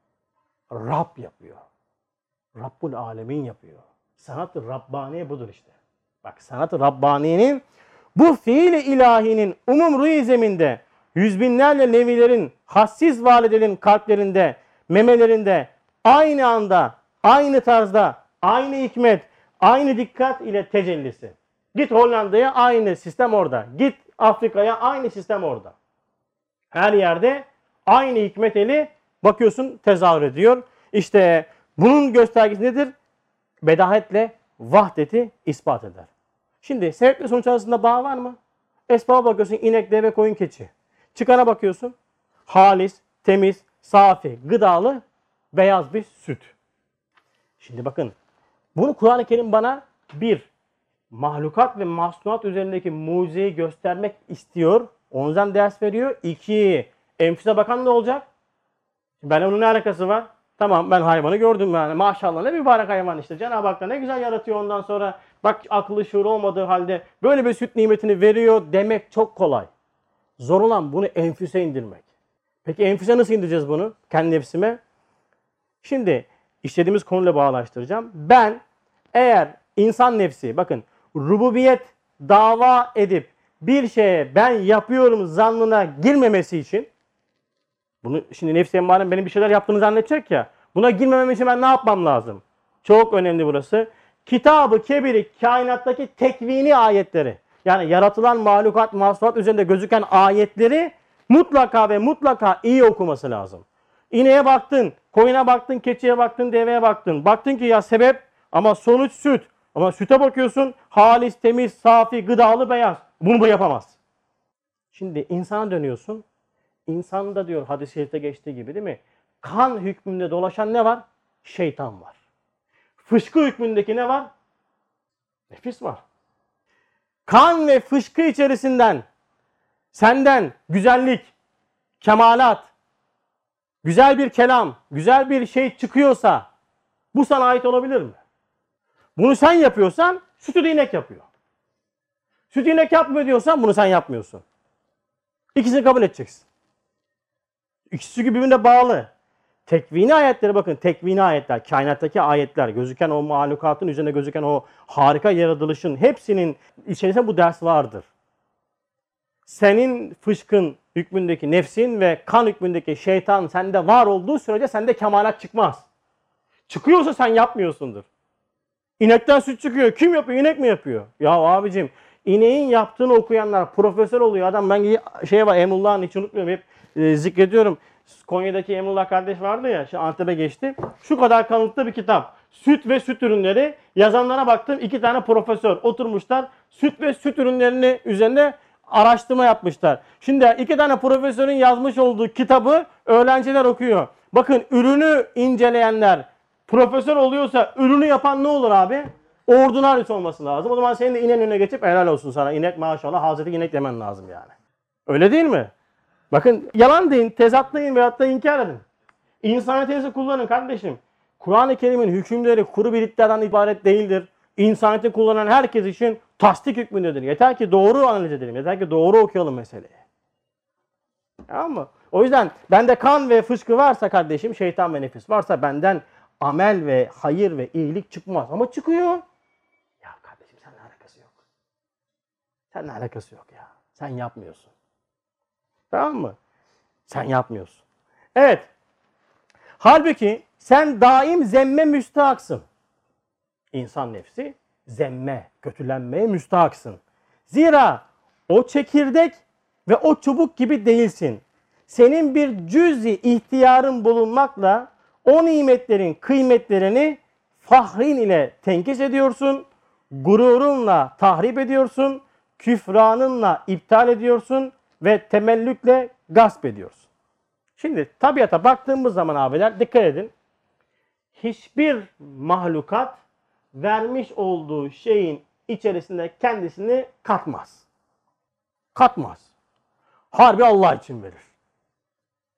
Rab yapıyor. Rabbul Alemin yapıyor. Sanat-ı Rabbaniye budur işte. Bak, sanat-ı Rabbaniye'nin bu fiil-i ilahinin umum ruh-i zeminde yüz binlerce nevilerin, hassiz validelerin kalplerinde, memelerinde aynı anda, aynı tarzda, aynı hikmet, aynı dikkat ile tecellisi. Git Hollanda'ya, aynı sistem orada. Git Afrika'ya, aynı sistem orada. Her yerde aynı hikmet eli bakıyorsun tezahür ediyor. İşte bunun göstergesi nedir? Bedahetle vahdeti ispat eder. Şimdi sebeple sonuç arasında bağ var mı? Esbaba bakıyorsun, inek, deve, koyun, keçi. Çıkana bakıyorsun, halis, temiz, safi, gıdalı, beyaz bir süt. Şimdi bakın, bunu Kur'an-ı Kerim bana bir, mahlukat ve masnuat üzerindeki mucizeyi göstermek istiyor. Ondan ders veriyor. İki, enfüse bakan ne olacak? Benimle bunun ne alakası var? Tamam, ben hayvanı gördüm yani. Maşallah ne mübarek hayvan işte. Cenab-ı Hak da ne güzel yaratıyor ondan sonra. Bak, akıllı şuur olmadığı halde böyle bir süt nimetini veriyor demek çok kolay. Zor olan bunu enfüse indirmek. Peki enfüse nasıl indireceğiz bunu? Kendi nefsime. Şimdi işlediğimiz konuyla bağlaştıracağım. Ben eğer insan nefsi, bakın, rububiyet dava edip bir şeye ben yapıyorum zannına girmemesi için, bunu şimdi nefsi emmaren benim bir şeyler yaptığını zannedecek ya, buna girmemem için ben ne yapmam lazım? Çok önemli burası. Kitab-ı Kebir'i, kainattaki tekvini ayetleri, yani yaratılan mahlukat, mahsulat üzerinde gözüken ayetleri mutlaka ve mutlaka iyi okuması lazım. İneğe baktın, koyuna baktın, keçiye baktın, deveye baktın. Baktın ki ya sebep ama sonuç süt. Ama süte bakıyorsun, halis, temiz, safi, gıdalı, beyaz. Bunu bu yapamaz. Şimdi insana dönüyorsun. İnsanda diyor hadis-i şerifte geçtiği gibi, değil mi? Kan hükmünde dolaşan ne var? Şeytan var. Fışkı hükmündeki ne var? Nefis var. Kan ve fışkı içerisinden senden güzellik, kemalat, güzel bir kelam, güzel bir şey çıkıyorsa bu sana ait olabilir mi? Bunu sen yapıyorsan sütü de inek yapıyor. Sütü inek yapmıyor diyorsan bunu sen yapmıyorsun. İkisini kabul edeceksin. İkisi birbirine bağlı. Tekvini ayetlere bakın. Tekvini ayetler, kainattaki ayetler, gözüken o mahlukatın üzerinde gözüken o harika yaratılışın hepsinin içerisinde bu ders vardır. Senin fışkın hükmündeki nefsin ve kan hükmündeki şeytan sende var olduğu sürece sende kemalat çıkmaz. Çıkıyorsa sen yapmıyorsundur. İnekten süt çıkıyor. Kim yapıyor? İnek mi yapıyor? Ya abicim, ineğin yaptığını okuyanlar profesör oluyor. Adam, ben şey var, Emrullah'ın, hiç unutmuyorum, hep e, zikrediyorum. Konya'daki Emrullah kardeş vardı ya, şimdi Antep'e geçti. Şu kadar kalınlıkta bir kitap. Süt ve süt ürünleri. Yazanlara baktım, iki tane profesör oturmuşlar. Süt ve süt ürünlerini üzerine araştırma yapmışlar. Şimdi iki tane profesörün yazmış olduğu kitabı öğrenciler okuyor. Bakın, ürünü inceleyenler profesör oluyorsa ürünü yapan ne olur abi? Ordinaryus olması lazım. O zaman senin de ineğin önüne geçip helal olsun sana, İnek maşallah, Hazreti inek demen lazım yani. Öyle değil mi? Bakın, yalan deyin, tezatlayın veyahut da inkar edin. İnsaniyetinizi kullanın kardeşim. Kur'an-ı Kerim'in hükümleri kuru bir iddiadan ibaret değildir. İnsaniyeti kullanan herkes için tasdik hükmündedir. Yeter ki doğru analiz edelim. Yeter ki doğru okuyalım meseleyi. Tamam mı? O yüzden bende kan ve fışkı varsa kardeşim, şeytan ve nefis varsa benden amel ve hayır ve iyilik çıkmaz. Ama çıkıyor. Ya kardeşim, seninle alakası yok. Seninle alakası yok ya. Sen yapmıyorsun. Tamam mı? Sen yapmıyorsun. Evet. Halbuki sen daim zemme müstahaksın. İnsan nefsi zemme, kötülenmeye müstahaksın. Zira o çekirdek ve o çubuk gibi değilsin. Senin bir cüz-i ihtiyarın bulunmakla o nimetlerin kıymetlerini fahrin ile tenkis ediyorsun, gururunla tahrip ediyorsun, küfranınla iptal ediyorsun ve temellükle gasp ediyorsun. Şimdi tabiata baktığımız zaman abiler, dikkat edin. Hiçbir mahlukat vermiş olduğu şeyin içerisinde kendisini katmaz. Katmaz. Harbi Allah için verir.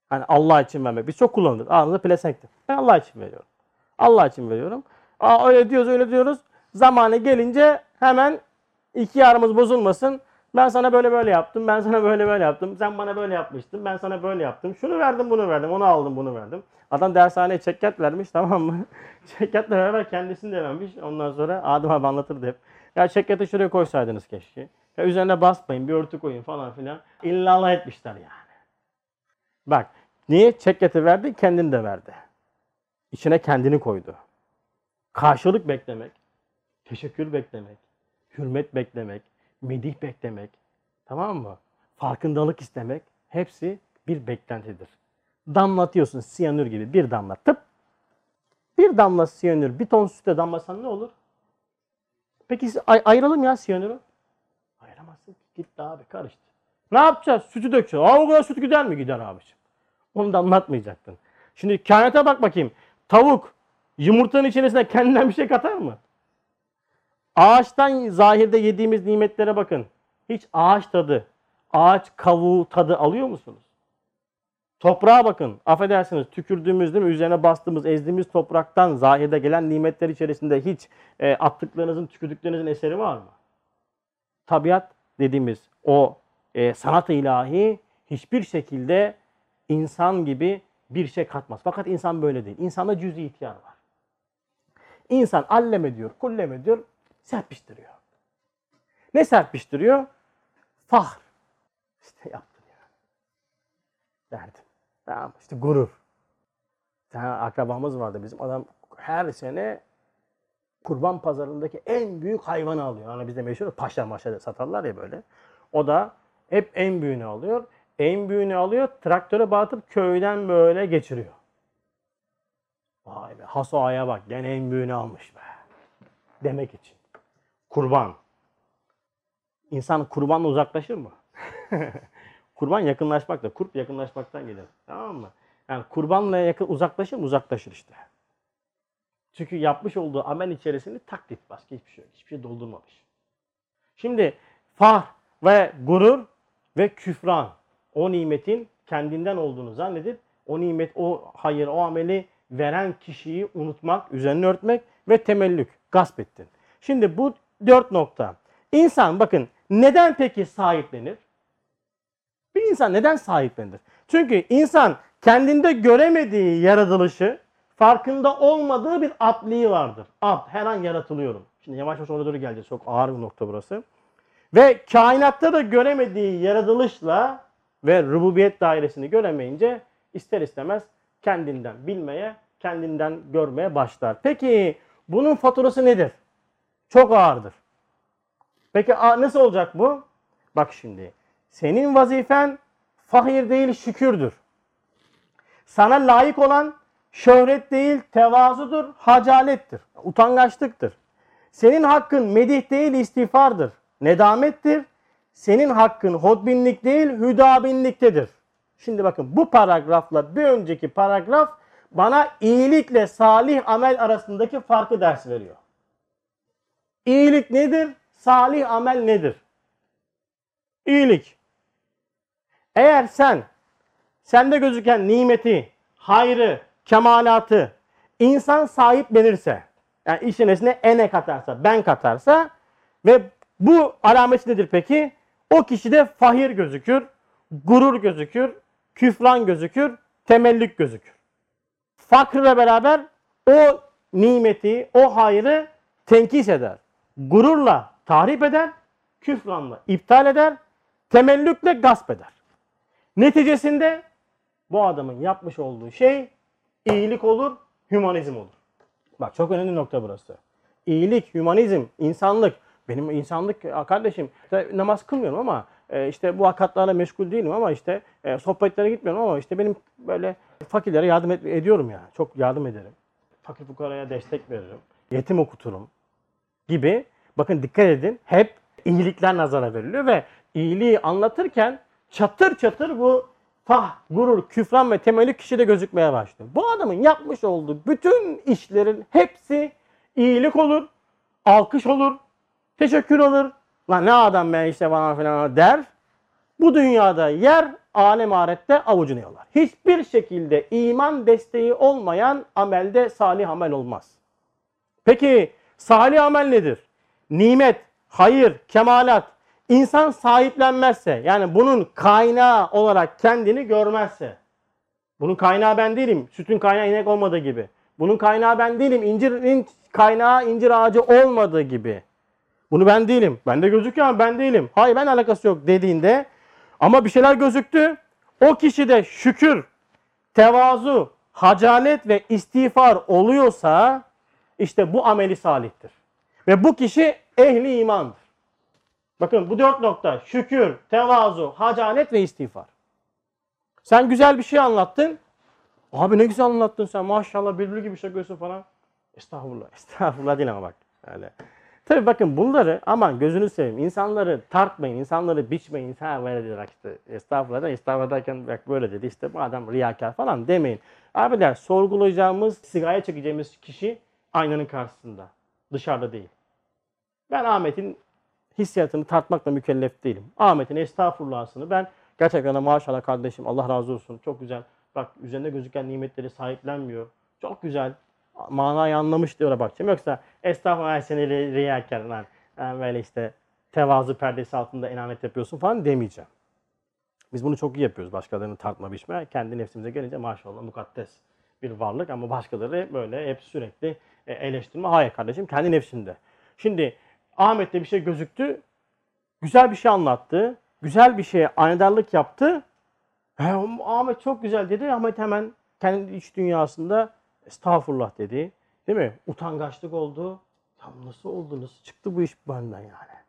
Hani Allah için vermek. Biz çok kullanırız. Ağzımıza pelesenktir. Ben Allah için veriyorum. Allah için veriyorum. Aa, öyle diyoruz öyle diyoruz. Zamanı gelince hemen iki aramız bozulmasın. Ben sana böyle böyle yaptım. Ben sana böyle böyle yaptım. Sen bana böyle yapmıştın. Ben sana böyle yaptım. Şunu verdim bunu verdim. Onu aldım bunu verdim. Adam dershaneye çekyat vermiş, tamam mı? Çekyatla beraber kendisini de vermiş. Ondan sonra Adem abi anlatırdı hep. Ya çekyatı şuraya koysaydınız keşke. Ya üzerine basmayın, bir örtü koyun falan filan. İllallah etmişler yani. Bak niye? Çekyatı verdi, kendini de verdi. İçine kendini koydu. Karşılık beklemek, teşekkür beklemek, hürmet beklemek, medih beklemek, tamam mı? Farkındalık istemek, hepsi bir beklentidir. Damlatıyorsun siyanür gibi, bir damla tıp. Bir damla siyanür bir ton süte damlasan ne olur? Peki ay ayıralım ya siyanürü. Ayıramazsın ki, gitti abi, karıştı. Ne yapacağız? Sütü dökeceğiz. Aa, o kadar süt gider mi? Gider abiciğim. Onu damlatmayacaktın. Şimdi kainata bak bakayım. Tavuk yumurtanın içerisine kendinden bir şey katar mı? Ağaçtan zahirde yediğimiz nimetlere bakın. Hiç ağaç tadı, ağaç kavuğu tadı alıyor musunuz? Toprağa bakın. Affedersiniz, tükürdüğümüz değil mi? Üzerine bastığımız, ezdiğimiz topraktan zahirde gelen nimetler içerisinde hiç e, attıklarınızın, tükürdüklerinizin eseri var mı? Tabiat dediğimiz o e, sanat-ı ilahi hiçbir şekilde insan gibi bir şey katmaz. Fakat insan böyle değil. İnsanda cüz-i ihtiyar var. İnsan allem ediyor, kullem ediyor, serpiştiriyor. Ne serpiştiriyor? Fahr. İşte yaptım ya. Derdim. Tamam, işte gurur. Bir tane akrabamız vardı bizim. Adam her sene kurban pazarındaki en büyük hayvanı alıyor. Hani bizde meşhur paşa maşa satarlar ya böyle. O da hep en büyüğünü alıyor. En büyüğünü alıyor, traktöre bağlatıp köyden böyle geçiriyor. Vay be, Haso Ağa'ya bak, gene en büyüğünü almış be. Demek için. Kurban. İnsan kurbanla uzaklaşır mı? Kurban yakınlaşmakta, kurt yakınlaşmaktan gelir. Tamam mı? Yani kurbanla yakın uzaklaşır mı? Uzaklaşır işte. Çünkü yapmış olduğu amel içerisinde taklit, başka hiçbir şey yok. Hiçbir şey doldurmamış. Şimdi fah ve gurur ve küfran, o nimetin kendinden olduğunu zannedip o nimet, o hayır, o ameli veren kişiyi unutmak, üzerini örtmek ve temellük, gasp ettin. Şimdi bu dört nokta. İnsan bakın neden peki sahiplenir? Bir insan neden sahiplenir? Çünkü insan kendinde göremediği yaratılışı, farkında olmadığı bir abliği vardır. Abd, her an yaratılıyorum. Şimdi yavaş yavaş oraya doğru geleceğiz. Çok ağır bir nokta burası. Ve kainatta da göremediği yaratılışla ve rububiyet dairesini göremeyince ister istemez kendinden bilmeye, kendinden görmeye başlar. Peki bunun faturası nedir? Çok ağırdır. Peki nasıl olacak bu? Bak şimdi. Senin vazifen fahir değil şükürdür. Sana layık olan şöhret değil tevazudur, hacalettir, utangaçlıktır. Senin hakkın medih değil istiğfardır, nedamettir. Senin hakkın hodbinlik değil hüdabinliktedir. Şimdi bakın bu paragrafla bir önceki paragraf bana iyilikle salih amel arasındaki farkı ders veriyor. İyilik nedir? Salih amel nedir? İyilik. Eğer sen sende gözüken nimeti, hayrı, kemalatı insan sahiplenirse, yani işin içine ene katarsa, ben katarsa ve bu alameti nedir peki? O kişide fahir gözükür, gurur gözükür, küfran gözükür, temellük gözükür. Fakrla beraber o nimeti, o hayrı tenkis eder. Gururla tahrip eder, küfranla iptal eder, temellükle gasp eder. Neticesinde bu adamın yapmış olduğu şey iyilik olur, hümanizm olur. Bak çok önemli nokta burası. İyilik, hümanizm, insanlık. Benim insanlık kardeşim işte namaz kılmıyorum ama işte bu hakatlarla meşgul değilim ama işte sohbetlere gitmiyorum ama işte benim böyle fakirlere yardım ed- ediyorum ya. Çok yardım ederim. Fakir fukaraya destek veririm. Yetim okuturum gibi. Bakın dikkat edin, hep iyilikler nazara veriliyor ve iyiliği anlatırken çatır çatır bu fah, gurur, küfran ve temellük kişide gözükmeye başlıyor. Bu adamın yapmış olduğu bütün işlerin hepsi iyilik olur, alkış olur, teşekkür olur. Lan ne adam ben işte falan filan der. Bu dünyada yer, alem ahirette avucuna yalar. Hiçbir şekilde iman desteği olmayan amelde salih amel olmaz. Peki salih amel nedir? Nimet, hayır, kemalat. İnsan sahiplenmezse, yani bunun kaynağı olarak kendini görmezse, bunun kaynağı ben değilim, sütün kaynağı inek olmadığı gibi, bunun kaynağı ben değilim, incirin kaynağı incir ağacı olmadığı gibi, bunu ben değilim, bende gözüküyor ama ben değilim, hayır ben alakası yok dediğinde, ama bir şeyler gözüktü, o kişide şükür, tevazu, hacalet ve istiğfar oluyorsa, işte bu ameli salihtir. Ve bu kişi ehli imandır. Bakın bu dört nokta: şükür, tevazu, hacalet ve istiğfar. Sen güzel bir şey anlattın. Abi ne güzel anlattın sen, maşallah bülbül gibi şakıyorsun falan. Estağfurullah, estağfurullah değil ama bak. Öyle. Tabii bakın bunları, aman gözünü seveyim, insanları tartmayın, insanları biçmeyin. Ha böyle diyorlar işte, estağfurullah da estağfurullah derken bak böyle dedi, işte bu adam riyakar falan demeyin. Abiler, sorgulayacağımız, sigaya çekeceğimiz kişi aynanın karşısında, dışarıda değil. Ben Ahmet'in hissiyatını tartmakla mükellef değilim. Ahmet'in estağfurullah'sını ben gerçekten maşallah kardeşim, Allah razı olsun, çok güzel. Bak üzerinde gözüken nimetleri sahiplenmiyor. Çok güzel. Manayı anlamış diye ona bakacağım. Yoksa estağfurullah seni riyakar lan. Yani böyle işte tevazu perdesi altında enamet yapıyorsun falan demeyeceğim. Biz bunu çok iyi yapıyoruz. Başkalarını tartma biçme. Kendi nefsimize gelince maşallah mukaddes bir varlık, ama başkaları böyle hep sürekli eleştirme. Hayır kardeşim, kendi nefsinde. Şimdi Ahmet'te bir şey gözüktü. Güzel bir şey anlattı. Güzel bir şeye aynadarlık yaptı. He, Ahmet çok güzel dedi. Ahmet hemen kendi iç dünyasında estağfurullah dedi. Değil mi? Utangaçlık oldu. Ya nasıl oldu? Nasıl çıktı bu iş benden yani?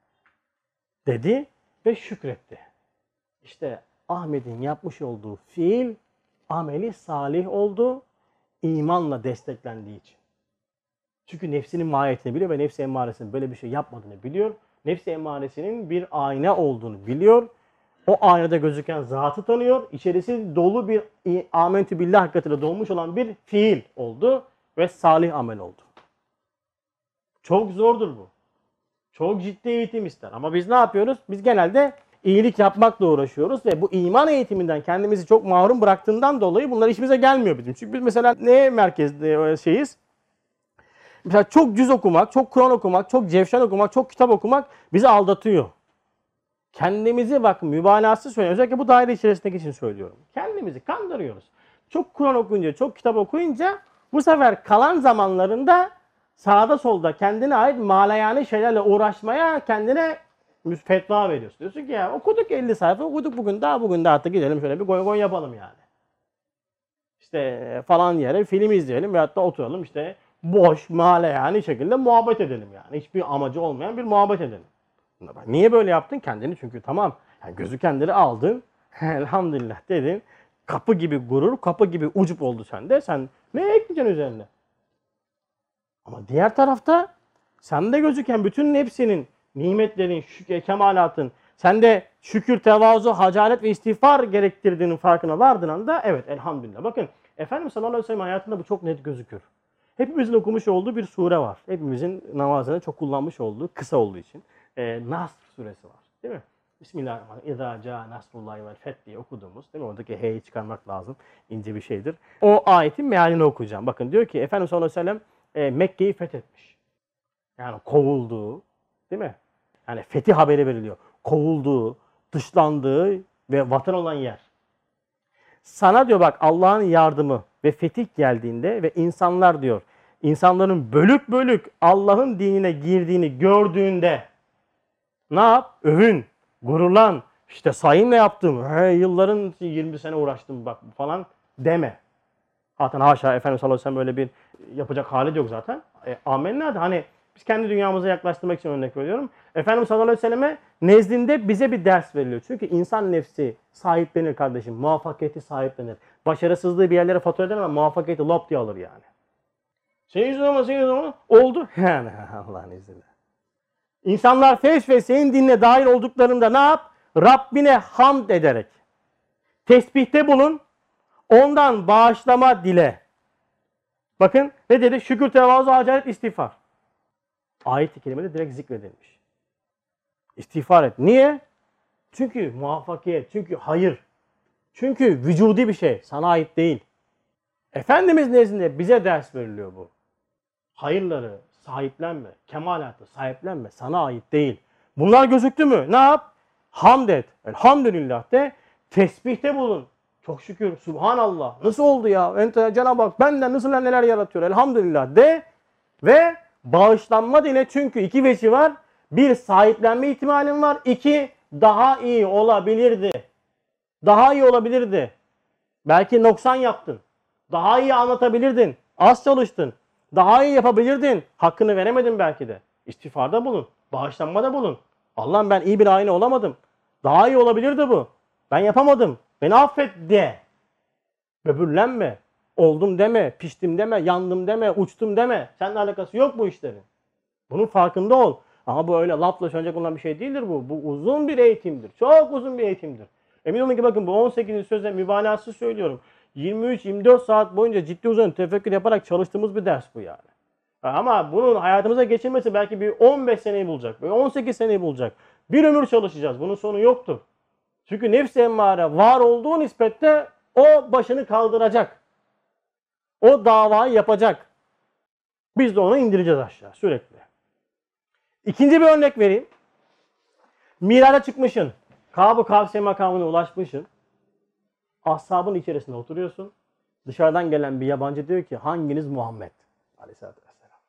Dedi ve şükretti. İşte Ahmet'in yapmış olduğu fiil ameli salih oldu. İmanla desteklendiği için. Çünkü nefsinin mahiyetini biliyor ve nefsi emmaresinin böyle bir şey yapmadığını biliyor. Nefsi emmaresinin bir ayna olduğunu biliyor. O aynada gözüken zatı tanıyor. İçerisi dolu bir amentü billah hakikatiyle dolmuş olan bir fiil oldu ve salih amel oldu. Çok zordur bu. Çok ciddi eğitim ister. Ama biz ne yapıyoruz? Biz genelde iyilik yapmakla uğraşıyoruz ve bu iman eğitiminden kendimizi çok mahrum bıraktığından dolayı bunlar işimize gelmiyor bizim. Çünkü biz mesela neye merkezde şeyiz? Mesela çok cüz okumak, çok Kur'an okumak, çok cevşen okumak, çok kitap okumak bizi aldatıyor. Kendimizi bak mübalağası söylüyorum. Özellikle bu daire içerisindeki için söylüyorum. Kendimizi kandırıyoruz. Çok Kur'an okuyunca, çok kitap okuyunca bu sefer kalan zamanlarında sağda solda kendine ait malayani şeylerle uğraşmaya kendine fetva veriyorsun. Diyorsun ki ya okuduk elli sayfa, okuduk bugün daha bugün de artık gidelim şöyle bir goy goy yapalım yani. İşte falan yere film izleyelim veyahut da oturalım işte boş malayani şekilde muhabbet edelim yani. Hiçbir amacı olmayan bir muhabbet edelim. Niye böyle yaptın? Kendini çünkü tamam. Yani gözükenleri aldın. Elhamdülillah dedin. Kapı gibi gurur, kapı gibi ucup oldu sende. Sen ne ekleyeceksin üzerine? Ama diğer tarafta sende gözüken bütün nefsinin, nimetlerin, şükür, kemalatın, sende şükür, tevazu, hacalet ve istiğfar gerektirdiğinin farkına vardığın anda evet elhamdülillah. Bakın Efendimiz sallallahu aleyhi ve sellem hayatında bu çok net gözükür. Hepimizin okumuş olduğu bir sure var. Hepimizin namazını çok kullanmış olduğu, kısa olduğu için. E, Nasr suresi var. Değil mi? Bismillahirrahmanirrahim. İzâ câ nasrullâhi vel feth diye okuduğumuz, değil mi? Oradaki H'yi çıkarmak lazım. İnce bir şeydir. O ayetin mealini okuyacağım. Bakın diyor ki Efendimiz sallallahu aleyhi ve sellem e, Mekke'yi fethetmiş. Yani kovulduğu, değil mi? Yani fetih haberi veriliyor. Kovulduğu, dışlandığı ve vatan olan yer. Sana diyor bak Allah'ın yardımı ve fetih geldiğinde ve insanlar diyor, insanların bölük bölük Allah'ın dinine girdiğini gördüğünde ne yap? Övün, gururlan. İşte sayın ne yaptım? He, yılların yirmi sene uğraştım bak falan deme. Zaten haşa Efendimiz sallallahu aleyhi ve sellem böyle bir yapacak hali de yok zaten. E, amenna da hani biz kendi dünyamıza yaklaştırmak için örnek veriyorum. Efendimiz sallallahu aleyhi ve selleme nezdinde bize bir ders veriliyor. Çünkü insan nefsi sahiplenir kardeşim. Muvaffakiyeti sahiplenir. Başarısızlığı bir yerlere fatura eder ama muvaffakiyeti lop diye alır yani. Senin yüzünden ama senin yüzünden ama oldu. Yani Allah'ın izniyle. İnsanlar feş ve senin dinine dahil olduklarında ne yap? Rabbine hamd ederek. Tesbihte bulun. Ondan bağışlama dile. Bakın ne dedi? Şükür, tevazu, hacalet, istiğfar. Ayet-i kerimede direkt zikredilmiş. İstiğfar et. Niye? Çünkü muvaffakiyet, çünkü hayır. Çünkü vücudi bir şey. Sana ait değil. Efendimiz nezdinde bize ders veriliyor bu. Hayırları sahiplenme, kemalatı sahiplenme. Sana ait değil. Bunlar gözüktü mü? Ne yap? Hamd et. Elhamdülillah de. Tesbihte bulun. Çok şükür. Subhanallah. Nasıl oldu ya? Cenab-ı Hak benden nasıl neler yaratıyor? Elhamdülillah de. Ve bağışlanma dile, çünkü iki veçi var. Bir, sahiplenme ihtimalin var. İki, daha iyi olabilirdi. Daha iyi olabilirdi. Belki noksan yaptın. Daha iyi anlatabilirdin. Az çalıştın. Daha iyi yapabilirdin. Hakkını veremedin belki de. İstiğfarda bulun. Bağışlanmada bulun. Allah'ım ben iyi bir aile olamadım. Daha iyi olabilirdi bu. Ben yapamadım. Beni affet de. Böbürlenme. Oldum deme. Piştim deme. Yandım deme. Uçtum deme. Seninle alakası yok bu işlerin. Bunun farkında ol. Ama bu öyle lafla söyleyecek olan bir şey değildir bu. Bu uzun bir eğitimdir. Çok uzun bir eğitimdir. Emin olun ki bakın bu on sekizinci söze mübalağasız söylüyorum. yirmi üç yirmi dört saat boyunca ciddi uzun tefekkür yaparak çalıştığımız bir ders bu yani. Ama bunun hayatımıza geçirmesi belki bir on beş seneyi bulacak. Böyle on sekiz seneyi bulacak. Bir ömür çalışacağız. Bunun sonu yoktur. Çünkü nefs-i emmare var olduğu nispette o başını kaldıracak. O davayı yapacak. Biz de onu indireceğiz aşağı sürekli. İkinci bir örnek vereyim. Miraca çıkmışsın. Kâb-ı Kavsey makamına ulaşmışsın. Ashabın içerisinde oturuyorsun. Dışarıdan gelen bir yabancı diyor ki hanginiz Muhammed? Aleyhisselatü vesselam.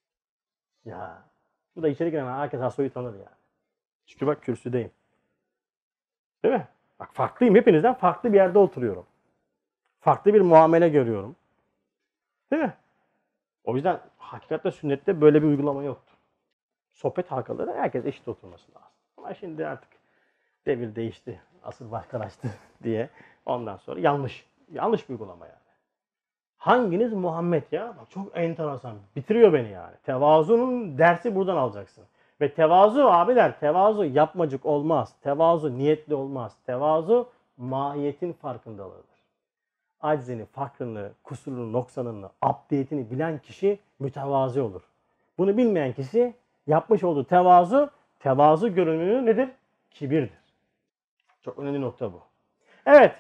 Ya. Bu da içeri giren herkes Haso'yu tanır yani. Çünkü bak kürsüdeyim. Değil mi? Bak farklıyım. Hepinizden farklı bir yerde oturuyorum. Farklı bir muamele görüyorum. Değil mi? O yüzden hakikatte sünnette böyle bir uygulama yoktur. Sohbet halkaları herkes eşit oturması lazım. Ama şimdi artık devir değişti. Asıl başkalaştı diye. Ondan sonra yanlış. Yanlış bir uygulama yani. Hanginiz Muhammed ya? Bak çok enteresan. Bitiriyor beni yani. Tevazunun dersi buradan alacaksın. Ve tevazu abiler, tevazu yapmacık olmaz. Tevazu niyetli olmaz. Tevazu mahiyetin farkındalığıdır. Aczini, fakrını, kusurunu, noksanını, abdiyetini bilen kişi mütevazi olur. Bunu bilmeyen kişi yapmış olduğu tevazu, tevazu görünümü nedir? Kibirdir. Çok önemli nokta bu. Evet.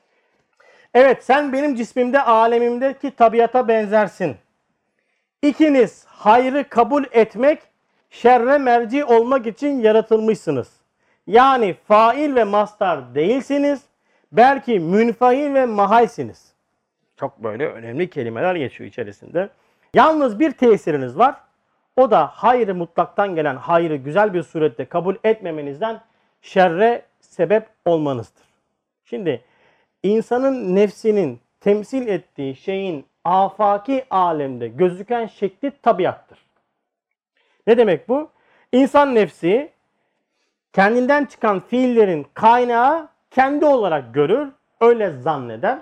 Evet, sen benim cismimde, alemimdeki tabiata benzersin. İkiniz hayrı kabul etmek, şerre merci olmak için yaratılmışsınız. Yani fail ve mastar değilsiniz, belki münfahil ve mahalsiniz. Çok böyle önemli kelimeler geçiyor içerisinde. Yalnız bir tesiriniz var. O da hayrı mutlaktan gelen hayrı güzel bir surette kabul etmemenizden şerre sebep olmanızdır. Şimdi insanın nefsinin temsil ettiği şeyin afaki alemde gözüken şekli tabiattır. Ne demek bu? İnsan nefsi kendinden çıkan fiillerin kaynağı kendi olarak görür, öyle zanneder.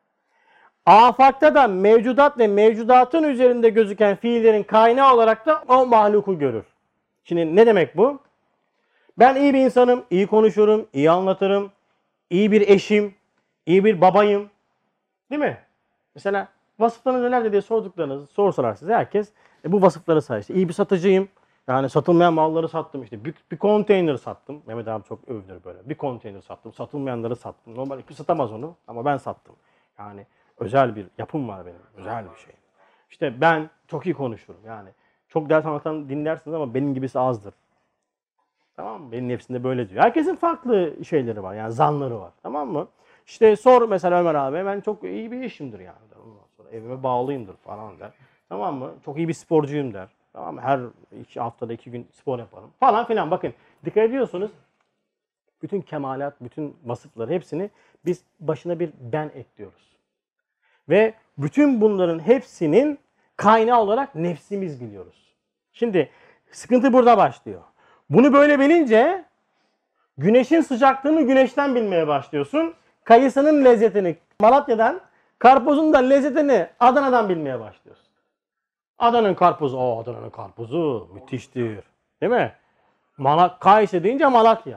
Afakta da mevcudat ve mevcudatın üzerinde gözüken fiillerin kaynağı olarak da o mahluku görür. Şimdi ne demek bu? Ben iyi bir insanım, iyi konuşurum, iyi anlatırım, iyi bir eşim, iyi bir babayım. Değil mi? Mesela vasıflarınız nelerdir diye sorduklarınızı sorsalar size herkes e, bu vasıfları sayar. İşte iyi bir satıcıyım. Yani satılmayan malları sattım. İşte bir, bir konteyner sattım. Mehmet abi çok övünür böyle. Bir konteyner sattım. Satılmayanları sattım. Normal hiçbir satamaz onu ama ben sattım. Yani özel bir yapım var benim. Özel bir şey. İşte ben çok iyi konuşurum. Yani çok ders anlatan dinlersiniz ama benim gibisi azdır. Tamam mı? Benim nefsinde böyle diyor. Herkesin farklı şeyleri var. Yani zanları var. Tamam mı? İşte sor mesela Ömer abi, ben çok iyi bir işimdir yani. Ondan sonra evime bağlıyımdır falan der. Tamam mı? Çok iyi bir sporcuyum der. Tamam mı? Her iki haftada iki gün spor yaparım falan filan. Bakın dikkat ediyorsunuz. Bütün kemalat, bütün vasıfları hepsini biz başına bir ben ekliyoruz. Ve bütün bunların hepsinin kaynağı olarak nefsimiz biliyoruz. Şimdi sıkıntı burada başlıyor. Bunu böyle bilince güneşin sıcaklığını güneşten bilmeye başlıyorsun. Kayısının lezzetini Malatya'dan, karpuzun da lezzetini Adana'dan bilmeye başlıyorsun. Adana'nın karpuzu, o Adana'nın karpuzu müthiştir. Değil mi? Malak, Kayısı deyince Malatya.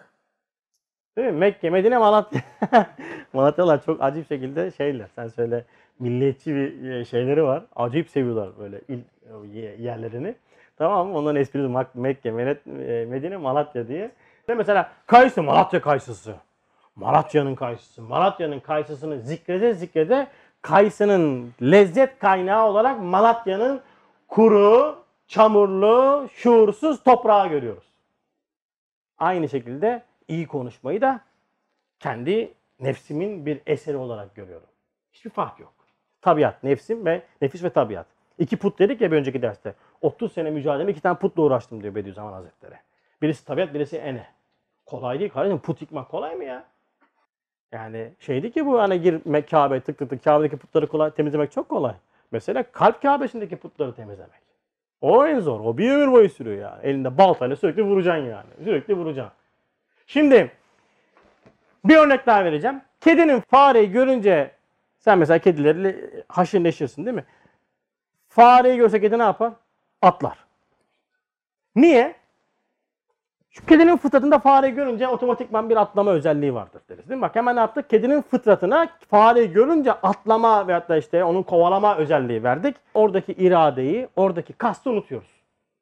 Değil mi? Mekke, Medine, Malatya. Malatyalılar çok acayip şekilde şeyler. Sen söyle, milliyetçi bir şeyleri var. Acayip seviyorlar böyle il, yerlerini. Tamam mı? Onların esprisi Mekke, Medine, Malatya diye. Ve mesela Kayısı, Malatya kayısısı. Malatya'nın kayısısı. Malatya'nın kayısısını zikrede zikrede kayısının lezzet kaynağı olarak Malatya'nın kuru, çamurlu, şuursuz toprağı görüyoruz. Aynı şekilde iyi konuşmayı da kendi nefsimin bir eseri olarak görüyorum. Hiçbir fark yok. Tabiat, nefsim ve nefis ve tabiat. İki put dedik ya bir önceki derste. otuz sene mücadele iki tane putla uğraştım diyor Bediüzzaman Hazretleri. Birisi tabiat, birisi ene. Kolay değil kardeşim. Put yıkmak kolay mı ya? Yani şeydi ki bu hani gir Kabe tık tık tık Kabe'deki putları kolay, temizlemek çok kolay. Mesela kalp Kabe'sindeki putları temizlemek. O en zor. O bir ömür boyu sürüyor yani. Elinde baltayla sürekli vuracaksın yani. Sürekli vuracaksın. Şimdi bir örnek daha vereceğim. Kedinin fareyi görünce sen mesela kedilerle haşır neşirsin değil mi? Fareyi görse kedi ne yapar? Atlar. Niye? Şu kedinin fıtratında fareyi görünce otomatikman bir atlama özelliği vardır deriz değil mi? Bak hemen ne yaptık? Kedinin fıtratına fareyi görünce atlama veyahut da işte onun kovalama özelliği verdik. Oradaki iradeyi, oradaki kastı unutuyoruz.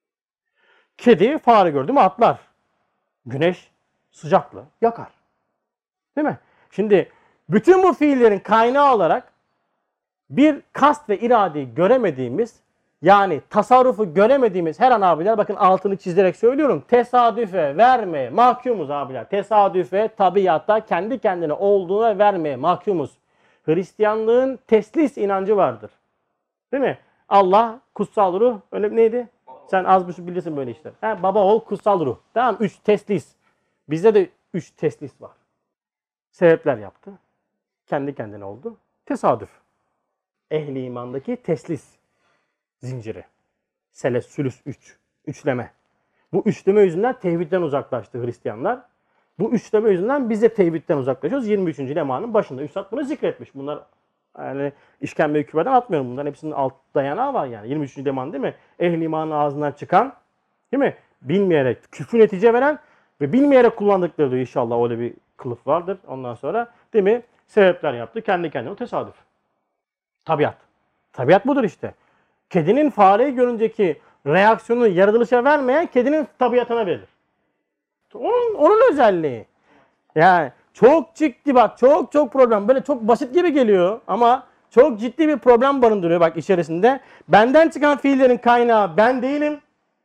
Kedi fare gördü mü atlar. Güneş sıcaklığı yakar. Değil mi? Şimdi bütün bu fiillerin kaynağı olarak bir kast ve iradeyi göremediğimiz, yani tasarrufu göremediğimiz her an abiler, bakın altını çizerek söylüyorum, tesadüfe vermeye mahkumuz abiler. Tesadüfe, tabiatta kendi kendine olduğuna vermeye mahkumuz. Hristiyanlığın teslis inancı vardır. Değil mi? Allah, kutsal ruh, öyle neydi? Sen az buçuk bilirsin böyle işler. Ha, baba, oğul, kutsal ruh. Tamam, üç teslis. Bizde de üç teslis var. Sebepler yaptı. Kendi kendine oldu. Tesadüf. Ehli imandaki teslis zinciri. Selesülüs üç. Üçleme. Bu üçleme yüzünden tevhidden uzaklaştı Hristiyanlar. Bu üçleme yüzünden biz de tevhidden uzaklaşıyoruz. yirmi üçüncü lemanın başında Üstad bunu zikretmiş. Bunlar yani işkembe hükümeden atmıyorum. Bunların hepsinin alt dayanağı var yani. yirmi üçüncü leman değil mi? Ehli imanın ağzından çıkan, değil mi? Bilmeyerek, küfür netice veren ve bilmeyerek kullandıkları diyor, inşallah öyle bir kılıf vardır. Ondan sonra değil mi? Sebepler yaptı. Kendi kendine o tesadüf. Tabiat. Tabiat budur işte. Kedinin fareyi görünceki reaksiyonu yaratılışa vermeyen kedinin tabiatına verir. Onun, onun özelliği. Yani çok ciddi, bak çok çok problem. Böyle çok basit gibi geliyor ama çok ciddi bir problem barındırıyor bak içerisinde. Benden çıkan fiillerin kaynağı ben değilim.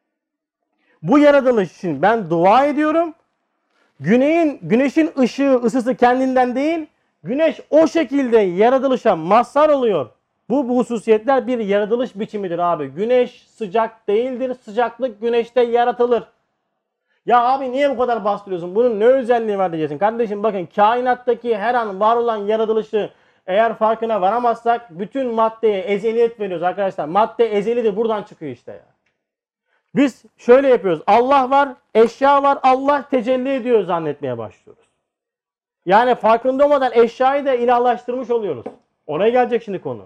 Bu yaratılış için ben dua ediyorum. Güneyin, güneşin ışığı, ısısı kendinden değil. Güneş o şekilde yaratılışa mazhar oluyor. Bu, bu hususiyetler bir yaratılış biçimidir abi. Güneş sıcak değildir. Sıcaklık güneşte yaratılır. Ya abi niye bu kadar bastırıyorsun? Bunun ne özelliği var diyeceksin. Kardeşim bakın, kainattaki her an var olan yaratılışı eğer farkına varamazsak bütün maddeye ezeliyet veriyoruz arkadaşlar. Madde ezelidir, buradan çıkıyor işte ya. Biz şöyle yapıyoruz. Allah var, eşya var, Allah tecelli ediyor zannetmeye başlıyoruz. Yani farkında olmadan eşyayı da ilahlaştırmış oluyoruz. Oraya gelecek şimdi konu.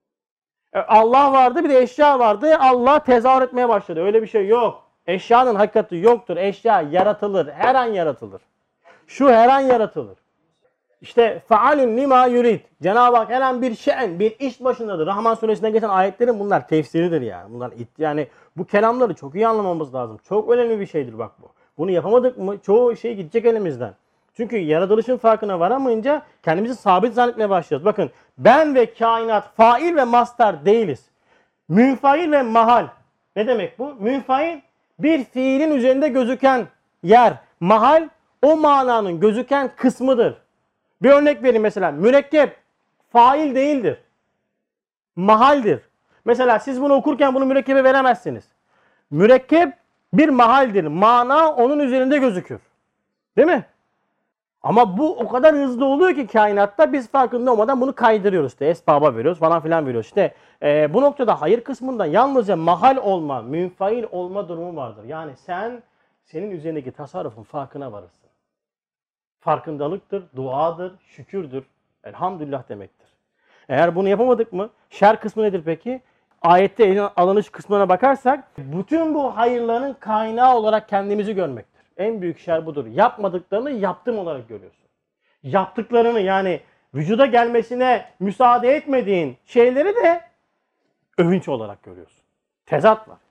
Allah vardı, bir de eşya vardı. Allah tezahür etmeye başladı. Öyle bir şey yok. Eşyanın hakikati yoktur. Eşya yaratılır. Her an yaratılır. Şu her an yaratılır. İşte faalun lima yurid. Cenab-ı Hak her an bir şe'n, bir iş başındadır. Rahman suresinde geçen ayetlerin bunlar tefsiridir yani. Bunlar yani bu kelamları çok iyi anlamamız lazım. Çok önemli bir şeydir bak bu. Bunu yapamadık mı çoğu şey gidecek elimizden. Çünkü yaratılışın farkına varamayınca kendimizi sabit zannetmeye başlıyoruz. Bakın, ben ve kainat fail ve mastar değiliz. Münfail ve mahal. Ne demek bu? Münfail bir fiilin üzerinde gözüken yer. Mahal o mananın gözüken kısmıdır. Bir örnek vereyim mesela. Mürekkep fail değildir. Mahaldir. Mesela siz bunu okurken bunu mürekkebe veremezsiniz. Mürekkep bir mahaldir. Mana onun üzerinde gözükür. Değil mi? Ama bu o kadar hızlı oluyor ki kainatta biz farkında olmadan bunu kaydırıyoruz. İşte esbaba veriyoruz falan filan veriyoruz. İşte e, bu noktada hayır kısmında yalnızca mahal olma, münfail olma durumu vardır. Yani sen senin üzerindeki tasarrufun farkına varırsın. Farkındalıktır, duadır, şükürdür, elhamdülillah demektir. Eğer bunu yapamadık mı? Şer kısmı nedir peki? Ayette eline alınış kısmına bakarsak bütün bu hayırların kaynağı olarak kendimizi görmektir. En büyük şer budur. Yapmadıklarını yaptım olarak görüyorsun. Yaptıklarını, yani vücuda gelmesine müsaade etmediğin şeyleri de övünç olarak görüyorsun. Tezat var.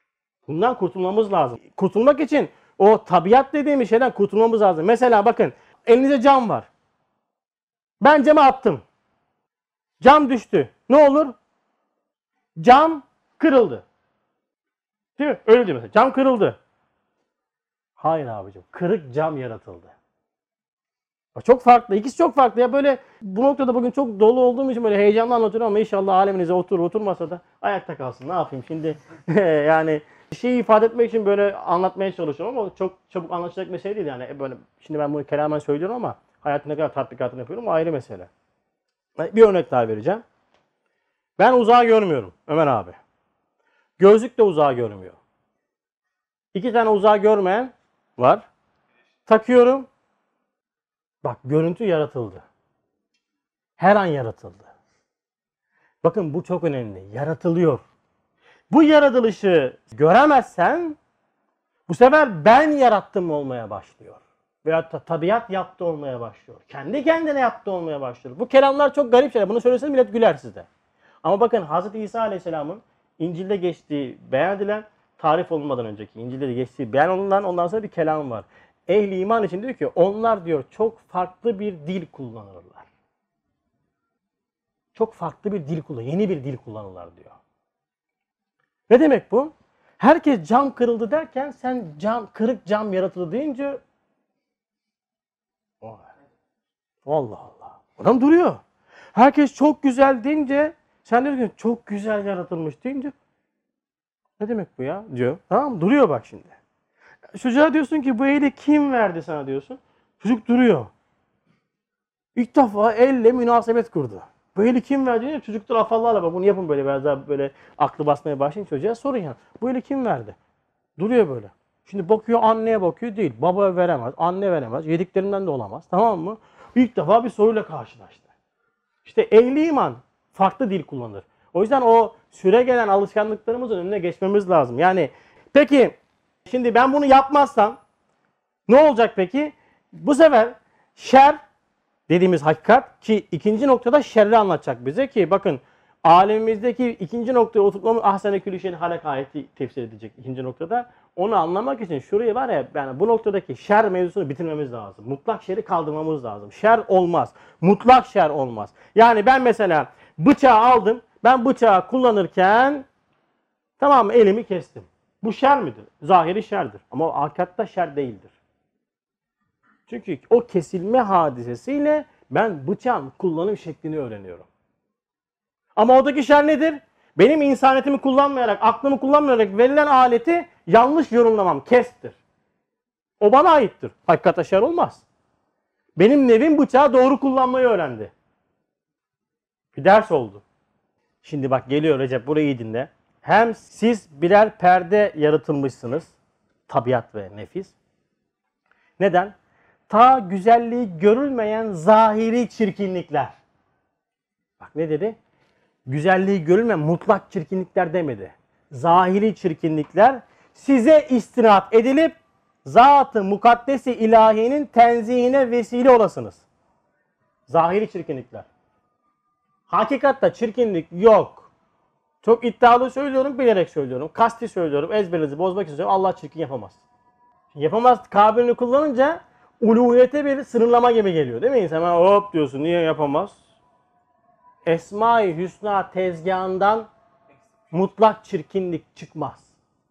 Bundan kurtulmamız lazım. Kurtulmak için o tabiat dediğimiz şeyden kurtulmamız lazım. Mesela bakın, elinizde cam var. Ben cama attım. Cam düştü. Ne olur? Cam kırıldı. Değil mi? Öyle değil mesela. Cam kırıldı. Hayır abicim. Kırık cam yaratıldı. Çok farklı. İkisi çok farklı. Ya böyle bu noktada bugün çok dolu olduğum için böyle heyecanlı anlatıyorum ama inşallah aleminize oturur oturmasa da ayakta kalsın. Ne yapayım şimdi? Yani bir şeyi ifade etmek için böyle anlatmaya çalışıyorum ama çok çabuk anlaşılacak mesele değil yani. Böyle şimdi ben bunu kelamen söylüyorum ama hayatımda ne kadar tatbikatını yapıyorum o ayrı mesele. Bir örnek daha vereceğim. Ben uzağı görmüyorum Ömer abi. Gözlük de uzağı görmüyor. İki tane uzağı görmeyen var. Takıyorum. Bak görüntü yaratıldı. Her an yaratıldı. Bakın bu çok önemli. Yaratılıyor. Bu yaratılışı göremezsen bu sefer ben yarattım olmaya başlıyor. Veya da tabiat yaptı olmaya başlıyor. Kendi kendine yaptı olmaya başlıyor. Bu kelamlar çok garip şeyler. Bunu söyleseniz millet güler sizde. Ama bakın Hazreti İsa Aleyhisselam'ın İncil'de geçtiği, beyan edilen, tarif olunmadan önceki İncil'de de geçtiği beyan olunan ondan sonra bir kelam var. Ehli iman için diyor ki onlar diyor çok farklı bir dil kullanırlar. Çok farklı bir dil kullanırlar. Yeni bir dil kullanırlar diyor. Ne demek bu? Herkes cam kırıldı derken sen cam, kırık cam yaratıldı deyince Allah Allah. Adam duruyor. Herkes çok güzel deyince sen diyorsun ki çok güzel yaratılmış deyince ne demek bu ya diyor. Tamam mı? Duruyor bak şimdi. Çocuğa diyorsun ki bu eli kim verdi sana diyorsun. Çocuk duruyor. İlk defa elle münasebet kurdu. Bu eli kim verdi diyor. Çocuklar afallarla bak bunu yapın böyle biraz daha böyle aklı basmaya başlayın çocuğa sorun ya. Bu eli kim verdi? Duruyor böyle. Şimdi bakıyor anneye bakıyor değil. Baba veremez, anne veremez. Yediklerinden de olamaz. Tamam mı? İlk defa bir soruyla karşılaştı. İşte ehli iman farklı dil kullanır. O yüzden o süre gelen alışkanlıklarımızın önüne geçmemiz lazım. Yani peki şimdi ben bunu yapmazsam ne olacak peki? Bu sefer şer dediğimiz hakikat ki ikinci noktada şerri anlatacak bize ki bakın alemimizdeki ikinci noktaya oturtmamız ahsen-i külli şeyin halak ayeti tefsir edecek ikinci noktada. Onu anlamak için şuraya var ya yani bu noktadaki şer mevzusunu bitirmemiz lazım. Mutlak şerri kaldırmamız lazım. Şer olmaz. Mutlak şer olmaz. Yani ben mesela bıçağı aldım. Ben bıçağı kullanırken tamam mı elimi kestim. Bu şer midir? Zahiri şerdir. Ama hakikatte şer değildir. Çünkü o kesilme hadisesiyle ben bıçağın kullanım şeklini öğreniyorum. Ama oradaki şer nedir? Benim insaniyetimi kullanmayarak, aklımı kullanmayarak verilen aleti yanlış yorumlamam, kestir. O bana aittir. Hakikatte şer olmaz. Benim nevim bıçağı doğru kullanmayı öğrendi. Bir ders oldu. Şimdi bak geliyor Recep burayı iyi dinle. Hem siz birer perde yaratılmışsınız. Tabiat ve nefis. Neden? Ta güzelliği görülmeyen zahiri çirkinlikler. Bak ne dedi? Güzelliği görülmeyen mutlak çirkinlikler demedi. Zahiri çirkinlikler size istinat edilip zat-ı mukaddesi ilahinin tenzihine vesile olasınız. Zahiri çirkinlikler. Hakikatte çirkinlik yok. Çok iddialı söylüyorum, bilerek söylüyorum. Kasti söylüyorum, ezberinizi bozmak istiyorum. Allah çirkin yapamaz. Yapamaz kabiliğini kullanınca uluhiyete bir sınırlama gibi geliyor değil mi? İnsan hemen hop diyorsun niye yapamaz? Esma-i Hüsna tezgahından mutlak çirkinlik çıkmaz.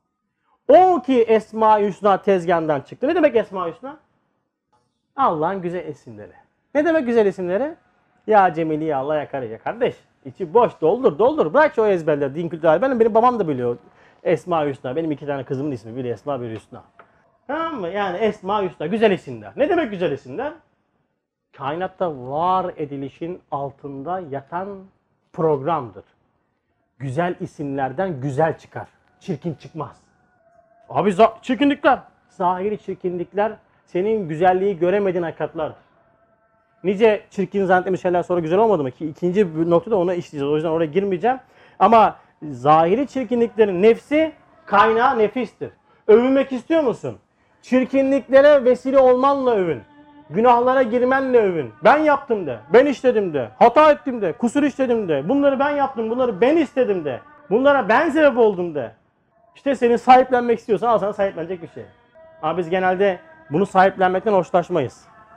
O ki Esma-i Hüsna tezgahından çıktı. Ne demek Esma-i Hüsna? Allah'ın güzel isimleri. Ne demek güzel isimleri? Ya Cemili ya Allah yakar ya kardeş. İçi boş doldur doldur. Bırak şu ezberleri din kültürü. Benim, benim babam da biliyor Esma-i Hüsna. Benim iki tane kızımın ismi. Biri Esma biri Hüsna. Tamam mı? Yani Esma-i Hüsna. Güzel isimler. Ne demek güzel isimler? Kainatta var edilişin altında yatan programdır. Güzel isimlerden güzel çıkar. Çirkin çıkmaz. Abi çirkinlikler. Zahiri çirkinlikler senin güzelliği göremediğin hakikatlerdir. Nice çirkin zannettiğimiz şeyler sonra güzel olmadı mı? Ki ikinci bir noktada ona işleyeceğiz. O yüzden oraya girmeyeceğim. Ama zahiri çirkinliklerin nefsi kaynağı nefistir. Övünmek istiyor musun? Çirkinliklere vesile olmanla övün. Günahlara girmenle övün. Ben yaptım de. Ben işledim de. Hata ettim de. Kusur işledim de. Bunları ben yaptım. Bunları ben istedim de. Bunlara ben sebep oldum de. İşte senin sahiplenmek istiyorsan al sana sahiplenecek bir şey. Ama biz genelde bunu sahiplenmekten hoşlaşmayız.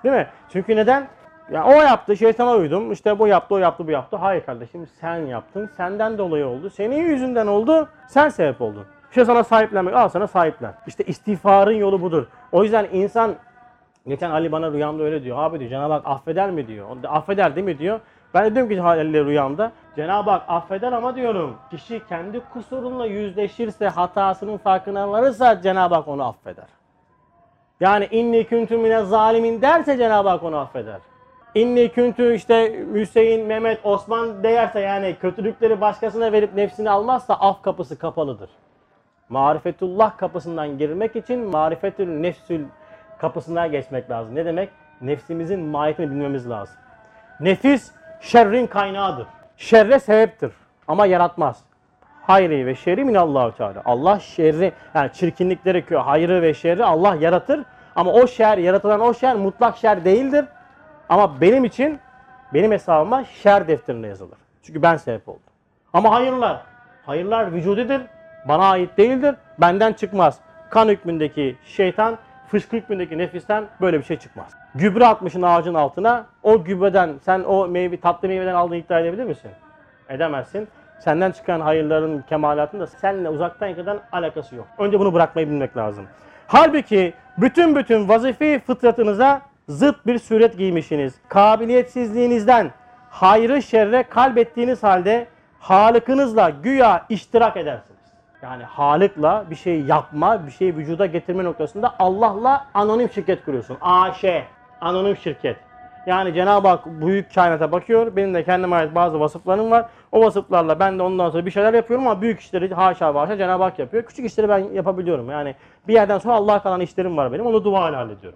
Değil mi? Çünkü neden? Ya o yaptı, şeytana uydum. İşte bu yaptı, o yaptı, bu yaptı. Hayır kardeşim, sen yaptın. Senden dolayı oldu. Senin yüzünden oldu. Sen sebep oldun. İşte sana sahiplenmek. Al sana sahiplen. İşte istiğfarın yolu budur. O yüzden insan, geçen Ali bana rüyamda öyle diyor. Abi diyor, Cenab-ı Hak affeder mi diyor. Affeder değil mi diyor. Ben de diyorum ki Halil'le rüyamda, Cenab-ı Hak affeder ama diyorum, kişi kendi kusurunla yüzleşirse, hatasının farkına varırsa Cenab-ı Hak onu affeder. Yani inni küntü mine zalimin derse Cenab-ı Hak onu affeder. İnni küntü işte Hüseyin, Mehmet, Osman derse, yani kötülükleri başkasına verip nefsini almazsa af kapısı kapalıdır. Marifetullah kapısından girmek için marifetül nefsül kapısından geçmek lazım. Ne demek? Nefsimizin mahiyetini bilmemiz lazım. Nefis şerrin kaynağıdır. Şerre sebeptir ama yaratmaz. Hayri ve şerri minallahu teala. Allah şerri, yani çirkinlikleri, hayrı ve şerri Allah yaratır. Ama o şer, yaratılan o şer mutlak şer değildir. Ama benim için, benim hesabıma şer defterine yazılır. Çünkü ben sebep oldum. Ama hayırlar, hayırlar vücudidir. Bana ait değildir. Benden çıkmaz. Kan hükmündeki şeytan, fışkı hükmündeki nefisten böyle bir şey çıkmaz. Gübre atmışsın ağacın altına. O gübreden sen o meyve, tatlı meyveden aldığını iddia edebilir misin? Edemezsin. Senden çıkan hayırların, kemalatın da seninle uzaktan yakından alakası yok. Önce bunu bırakmayı bilmek lazım. Halbuki bütün bütün vazife fıtratınıza zıt bir suret giymişsiniz. Kabiliyetsizliğinizden hayrı şerre kalbettiğiniz halde Halık'ınızla güya iştirak edersiniz. Yani Halık'la bir şey yapma, bir şeyi vücuda getirme noktasında Allah'la anonim şirket kuruyorsun. A Ş, anonim şirket. Yani Cenab-ı Hak büyük kainata bakıyor. Benim de kendime ait bazı vasıflarım var. O vasıflarla ben de ondan sonra bir şeyler yapıyorum ama büyük işleri haşa haşa Cenab-ı Hak yapıyor. Küçük işleri ben yapabiliyorum. Yani bir yerden sonra Allah'a kalan işlerim var benim. Onu dua ile hallediyorum.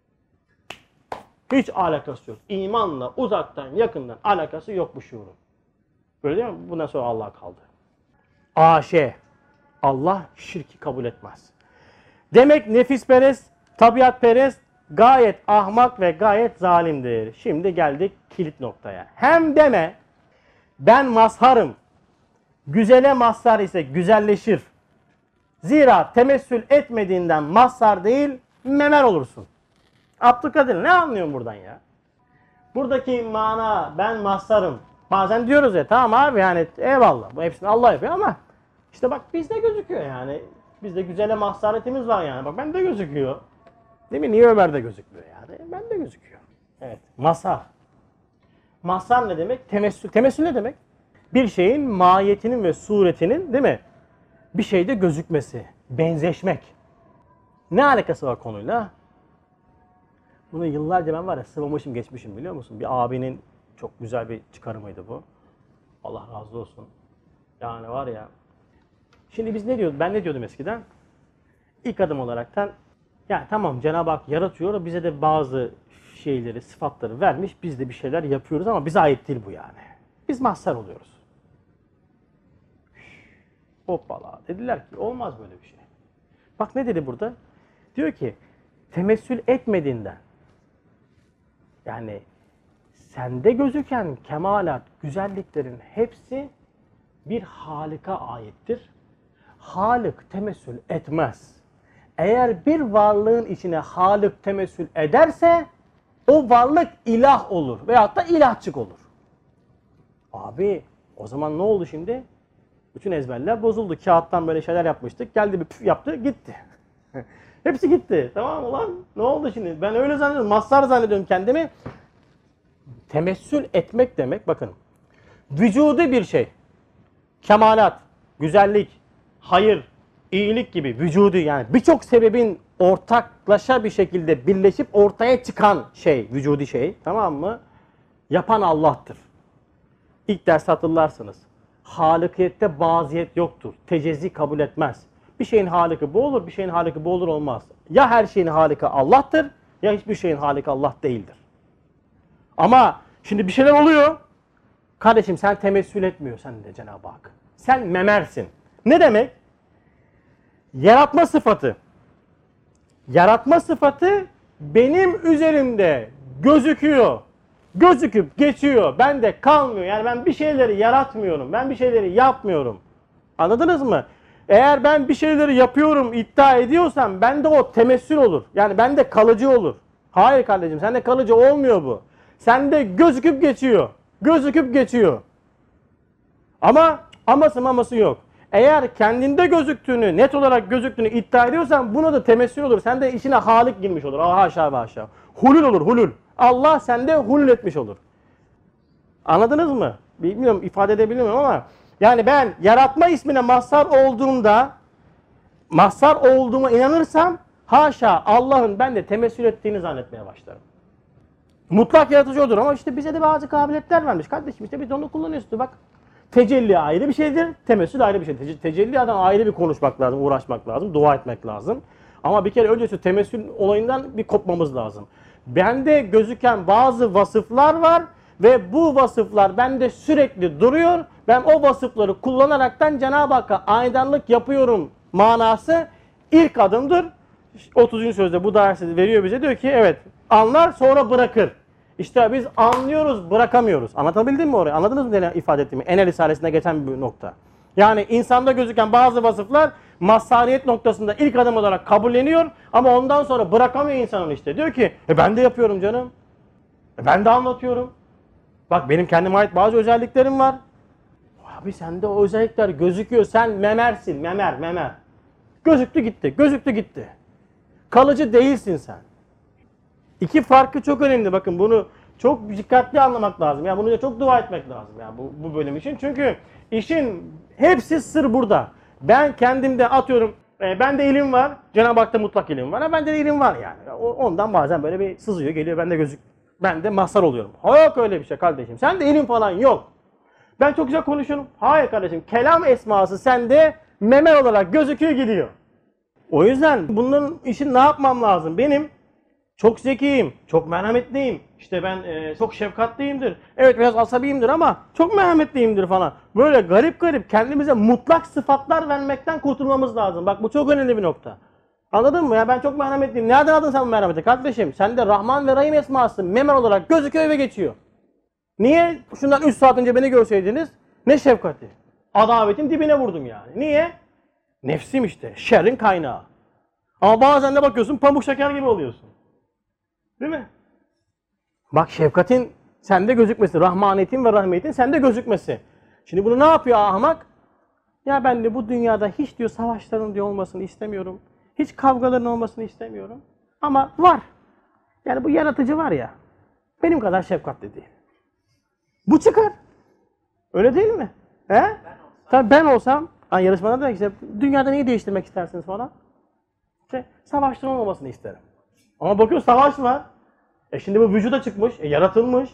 Hiç alakası yok. İmanla uzaktan yakından alakası yok bu şuurun. Böyle değil mi? Bundan sonra Allah kaldı. A Ş. Allah şirki kabul etmez. Demek nefisperest, tabiatperest gayet ahmak ve gayet zalimdir. Şimdi geldik kilit noktaya. Hem deme ben mazharım. Güzele mazhar ise güzelleşir. Zira temessül etmediğinden mazhar değil memer olursun. Abdülkadir ne anlıyorsun buradan ya? Buradaki mana ben mazharım. Bazen diyoruz ya tamam abi yani eyvallah bu hepsini Allah yapıyor ama işte bak bizde gözüküyor yani. Bizde güzele mazharetimiz var yani. Bak bende gözüküyor. Değil mi? Niye Ömer'de gözükmüyor yani? Bende gözüküyor. Evet. Mazhar. Mazhar ne demek? Temessül. Temessül ne demek? Bir şeyin mahiyetinin ve suretinin değil mi? Bir şeyde gözükmesi. Benzeşmek. Ne alakası var konuyla? Bunu yıllarca ben var ya sıvamışım geçmişim biliyor musun? Bir abinin çok güzel bir çıkarımıydı bu. Allah razı olsun. Yani var ya. Şimdi biz ne diyorduk? Ben ne diyordum eskiden? İlk adım olaraktan yani tamam Cenab-ı Hak yaratıyor. Bize de bazı şeyleri, sıfatları vermiş. Biz de bir şeyler yapıyoruz ama bize ait değil bu yani. Biz mazhar oluyoruz. Hoppala. Dediler ki olmaz böyle bir şey. Bak ne dedi burada? Diyor ki temessül etmediğinden yani sende gözüken kemalat, güzelliklerin hepsi bir Halık'a aittir. Halık temessül etmez. Eğer bir varlığın içine Halık temessül ederse o varlık ilah olur veyahut da ilahçık olur. Abi o zaman ne oldu şimdi? Bütün ezberler bozuldu. Kağıttan böyle şeyler yapmıştık. Geldi bir püf yaptı gitti. Hepsi gitti. Tamam mı lan? Ne oldu şimdi? Ben öyle zannediyorum. Mazhar zannediyorum kendimi. Temessül etmek demek bakın. Vücudu bir şey. Kemalat, güzellik, hayır, iyilik gibi vücudu yani birçok sebebin ortaklaşa bir şekilde birleşip ortaya çıkan şey, vücudi şey tamam mı? Yapan Allah'tır. İlk ders hatırlarsınız. Halıkiyette baziyet yoktur. Tecezzi kabul etmez. Bir şeyin halıkı bu olur, bir şeyin halıkı bu olur olmaz. Ya her şeyin halıkı Allah'tır ya hiçbir şeyin halıkı Allah değildir. Ama şimdi bir şeyler oluyor. Kardeşim sen temessül etmiyorsun de Cenab-ı Hak. Sen memersin. Ne demek? Yaratma sıfatı. Yaratma sıfatı benim üzerimde gözüküyor. Gözüküp geçiyor. Bende kalmıyor. Yani ben bir şeyleri yaratmıyorum. Ben bir şeyleri yapmıyorum. Anladınız mı? Eğer ben bir şeyleri yapıyorum iddia ediyorsam bende o temessül olur. Yani bende kalıcı olur. Hayır kardeşim, sende kalıcı olmuyor bu. Sende gözüküp geçiyor. Gözüküp geçiyor. Ama aması maması yok. Eğer kendinde gözüktüğünü, net olarak gözüktüğünü iddia ediyorsan bunu da temessül olur. Sende içine Halik girmiş olur. Ah, haşa ve haşa. Hulul olur, hulul. Allah sende hulul etmiş olur. Anladınız mı? Bilmiyorum, ifade edebiliyorum ama yani ben yaratma ismine mazhar olduğumda, mazhar olduğuma inanırsam haşa Allah'ın bende temessül ettiğini zannetmeye başlarım. Mutlak yaratıcı odur ama işte bize de bazı kabiliyetler vermiş. Kardeşim işte biz onu kullanıyoruz. Bak, tecelli ayrı bir şeydir, temessül ayrı bir şeydir. Tecelli adam ayrı bir konuşmak lazım, uğraşmak lazım, dua etmek lazım. Ama bir kere önce şu temessül olayından bir kopmamız lazım. Bende gözüken bazı vasıflar var ve bu vasıflar bende sürekli duruyor. Ben o vasıfları kullanaraktan Cenab-ı Hakk'a aydanlık yapıyorum manası ilk adımdır. otuzuncu sözde bu dersi veriyor bize, diyor ki evet, anlar sonra bırakır. İşte biz anlıyoruz, bırakamıyoruz. Anlatabildim mi orayı? Anladınız mı ne ifade ettiğimi? Enel Risalesi'nde geçen bir nokta. Yani insanda gözüken bazı vasıflar mazhariyet noktasında ilk adım olarak kabulleniyor ama ondan sonra bırakamıyor insanın işte. Diyor ki e ben de yapıyorum canım. E ben de anlatıyorum. Bak benim kendime ait bazı özelliklerim var. Abi sende o özellikler gözüküyor. Sen memersin, memer, memer. Gözüktü gitti, gözüktü gitti. Kalıcı değilsin sen. İki farkı çok önemli. Bakın bunu çok dikkatli anlamak lazım. Yani bunu da çok dua etmek lazım yani bu, bu bölüm için. Çünkü işin hepsi sır burada. Ben kendimde atıyorum, e, bende ilim var. Cenab-ı Hak'ta mutlak ilim var. Bende de ilim var yani. O, ondan bazen böyle bir sızıyor, geliyor. Bende gözük, ben de mazhar oluyorum. Yok öyle bir şey kardeşim. Sende ilim falan yok. Ben çok güzel konuşuyorum. Hayır kardeşim. Kelam esması sende memer olarak gözüküyor, gidiyor. O yüzden bunların için ne yapmam lazım? Benim çok zekiyim, çok merhametliyim, işte ben e, çok şefkatliyimdir, evet biraz asabiyimdir ama çok merhametliyimdir falan. Böyle garip garip kendimize mutlak sıfatlar vermekten kurtulmamız lazım. Bak bu çok önemli bir nokta. Anladın mı? Ya ben çok merhametliyim. Nereden aldın sen bu merhameti? Kardeşim sende Rahman ve Rahim esması memer olarak gözüküyor ve geçiyor. Niye? Şundan üç saat önce beni görseydiniz ne şefkati. Adavetin dibine vurdum yani. Niye? Nefsim işte. Şerrin kaynağı. Ama bazen de bakıyorsun pamuk şeker gibi oluyorsun. Değil mi? Bak şefkatin sende gözükmesi, rahmaniyetin ve rahmetin sende gözükmesi. Şimdi bunu ne yapıyor ahmak? Ya ben de bu dünyada hiç diyor savaşların diyor olmasını istemiyorum. Hiç kavgaların olmasını istemiyorum. Ama var. Yani bu yaratıcı var ya, benim kadar şefkatli değil. Bu çıkar. Öyle değil mi? He? Ben Tabii ben olsam, hani yarışmada da işte dünyada neyi değiştirmek istersiniz falan? İşte savaşların olmamasını isterim. Ama bakıyor savaş var. E şimdi bu vücuda çıkmış, e yaratılmış.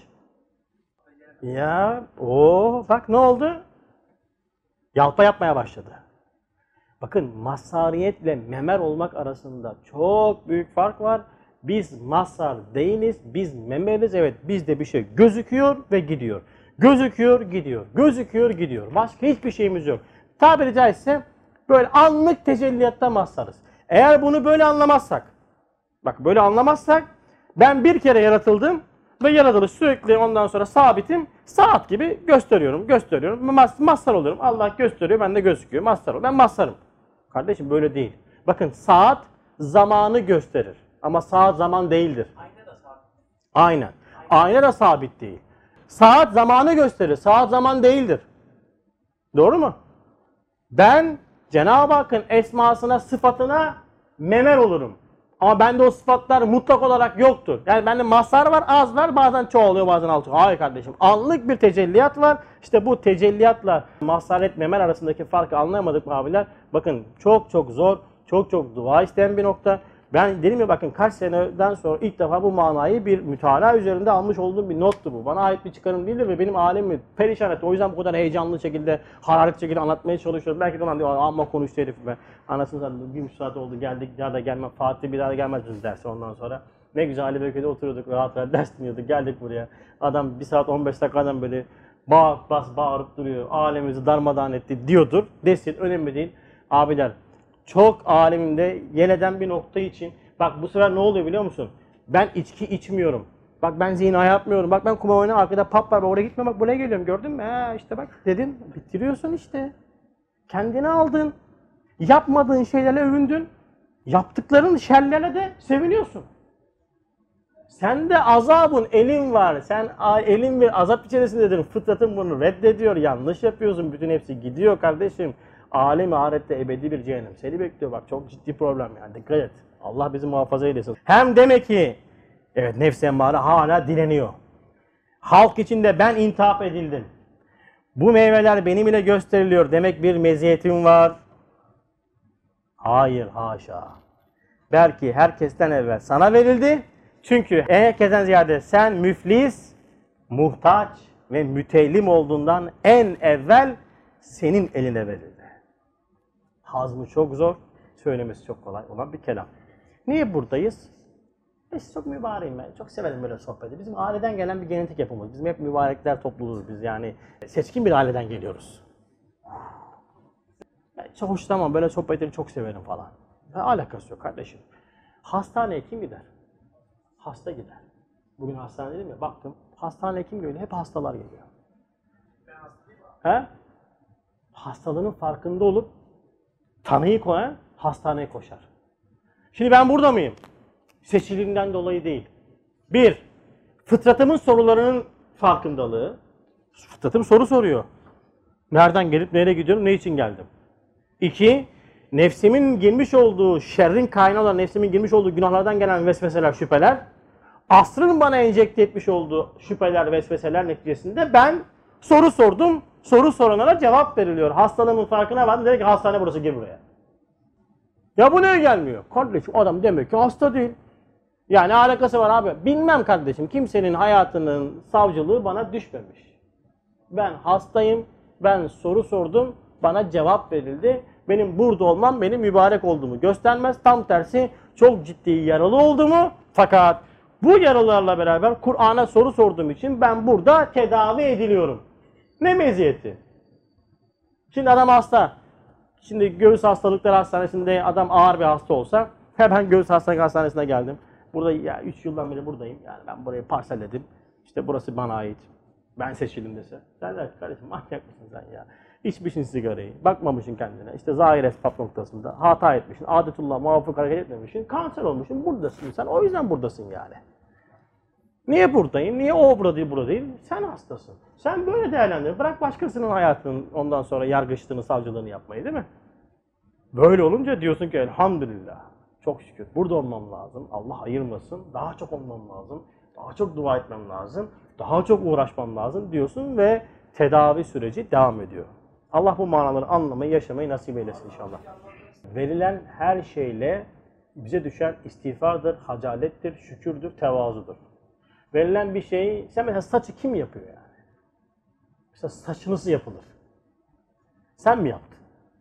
Ya o bak ne oldu? Yalpa yapmaya başladı. Bakın mazhariyetle memer olmak arasında çok büyük fark var. Biz mazhar değiliz, biz memeriz. Evet bizde bir şey gözüküyor ve gidiyor. Gözüküyor, gidiyor. Gözüküyor, gidiyor. Başka hiçbir şeyimiz yok. Tabiri caizse böyle anlık tecelliyatta mazharız. Eğer bunu böyle anlamazsak, bak böyle anlamazsak, ben bir kere yaratıldım ve yaratılış sürekli ondan sonra sabitim, saat gibi gösteriyorum, gösteriyorum, mazhar oluyorum. Allah gösteriyor, ben de gözüküyor, mazhar oluyorum. Ben mazharım. Kardeşim böyle değil. Bakın saat zamanı gösterir ama saat zaman değildir. Ayna da sabit. Aynen. Ayna da sabit değil. Saat zamanı gösterir, saat zaman değildir. Doğru mu? Ben Cenab-ı Hakk'ın esmasına, sıfatına memer olurum. Ama bende o sıfatlar mutlak olarak yoktur. Yani bende mazhar var, az var, bazen çoğalıyor, bazen alçalıyor. Hayır kardeşim, anlık bir tecelliyat var. İşte bu tecelliyatla mazharet memer arasındaki farkı anlayamadık mı abiler? Bakın çok çok zor, çok çok dua isteyen bir nokta. Ben dedim ya bakın kaç seneden sonra ilk defa bu manayı bir mütalaa üzerinde almış olduğum bir nottu bu. Bana ait bir çıkarım değildir ve benim alemimi perişan etti. O yüzden bu kadar heyecanlı şekilde, hararetli şekilde anlatmaya çalışıyorum. Belki de ona diyor amma konuştu herif be. Anasını satayım bir müsaade oldu geldik ya da gelmem. Fatih bir daha gelmez biz dersi ondan sonra. Ne güzel Ali Bekir'de oturuyorduk rahat rahat ders dinliyorduk. Geldik buraya. Adam bir saat on beş dakikadan böyle bağır bas bağırıp duruyor. Alemimizi darmadağın etti diyordur. Desin önemli değil. Abiler çok alemimde yer eden bir nokta için bak bu sefer ne oluyor biliyor musun? Ben içki içmiyorum. Bak ben zina yapmıyorum. Bak ben kumar oynuyorum. Arkada pub var. Oraya gitme bak buraya geliyorum. Gördün mü? He işte bak dedin. Bitiriyorsun işte. Kendini aldın. Yapmadığın şeylerle övündün. Yaptıkların şerlerle de seviniyorsun. Sende azabın, elin var. Sen elin bir azap içerisindedir. Fıtratın bunu reddediyor. Yanlış yapıyorsun. Bütün hepsi gidiyor kardeşim. Alem-i ahirette ebedi bir cehennem seni bekliyor. Bak çok ciddi problem yani. Dikkat et. Allah bizi muhafaza eylesin. Hem demek ki evet nefs emmare hala dileniyor. Halk içinde ben intihap edildim. Bu meyveler benim ile gösteriliyor. Demek bir meziyetim var. Hayır haşa. Belki herkesten evvel sana verildi. Çünkü herkesten ziyade sen müflis, muhtaç ve mütellim olduğundan en evvel senin eline verildi. Hazmı çok zor, söylemesi çok kolay olan bir kelam. Niye buradayız? Biz çok mübareğim ben. Çok severim böyle sohbeti. Bizim aileden gelen bir genetik yapımız. Bizim hep mübarekler topluluğuz biz. Yani seçkin bir aileden geliyoruz. Ben çok hoşlanmam. Böyle sohbetleri çok severim falan. Ya, alakası yok kardeşim. Hastaneye kim gider? Hasta gider. Bugün hastane dedim ya, baktım. Hastaneye kim geliyor? Hep hastalar geliyor. Ben hastayım abi. He? Hastalığının farkında olup tanıyı koyan hastaneye koşar. Şimdi ben burada mıyım? Seçildiğimden dolayı değil. Bir, fıtratımın sorularının farkındalığı. Fıtratım soru soruyor. Nereden gelip nereye gidiyorum, ne için geldim? İki, nefsimin girmiş olduğu, şerrin kaynağı olan nefsimin girmiş olduğu günahlardan gelen vesveseler, şüpheler, asrın bana enjekte etmiş olduğu şüpheler, vesveseler neticesinde ben soru sordum, soru soranlara cevap veriliyor. Hastalığımın farkına vardım, dedi ki hastane burası, gir buraya. Ya bu niye gelmiyor? Kardeşim adam demek ki hasta değil. Yani alakası var abi. Bilmem kardeşim, kimsenin hayatının savcılığı bana düşmemiş. Ben hastayım, ben soru sordum, bana cevap verildi. Benim burada olmam benim mübarek olduğumu göstermez. Tam tersi çok ciddi yaralı olduğumu, fakat bu yaralarla beraber Kur'an'a soru sorduğum için ben burada tedavi ediliyorum. Ne meziyeti? Şimdi adam hasta. Şimdi göğüs hastalıkları hastanesinde adam ağır bir hasta olsa, hemen göğüs hastalık hastanesine geldim. Burada ya üç yıldan beri buradayım. Yani ben burayı parselledim. İşte burası bana ait. Ben seçildim dese. Sen de kardeşim manyak mısın sen ya? İçmişsin sigarayı, bakmamışsın kendine. İşte zahir esbab noktasında hata etmişsin. Adetullah muvafık hareket etmemişsin. Kanser olmuşsun. Buradasın sen. O yüzden buradasın yani. Niye buradayım? Niye o burada değil, burada değil? Sen hastasın. Sen böyle değerlendir. Bırak başkasının hayatının ondan sonra yargıçlığını, savcılığını yapmayı, değil mi? Böyle olunca diyorsun ki elhamdülillah. Çok şükür. Burada olmam lazım. Allah ayırmasın. Daha çok olmam lazım. Daha çok dua etmem lazım. Daha çok uğraşmam lazım diyorsun ve tedavi süreci devam ediyor. Allah bu manaları anlamayı, yaşamayı nasip eylesin inşallah. Verilen her şeyle bize düşen istiğfardır, hacalettir, şükürdür, tevazudur. Verilen bir şeyi, sen mesela saçı kim yapıyor yani? Mesela saçı nasıl yapılır? Sen mi yaptın?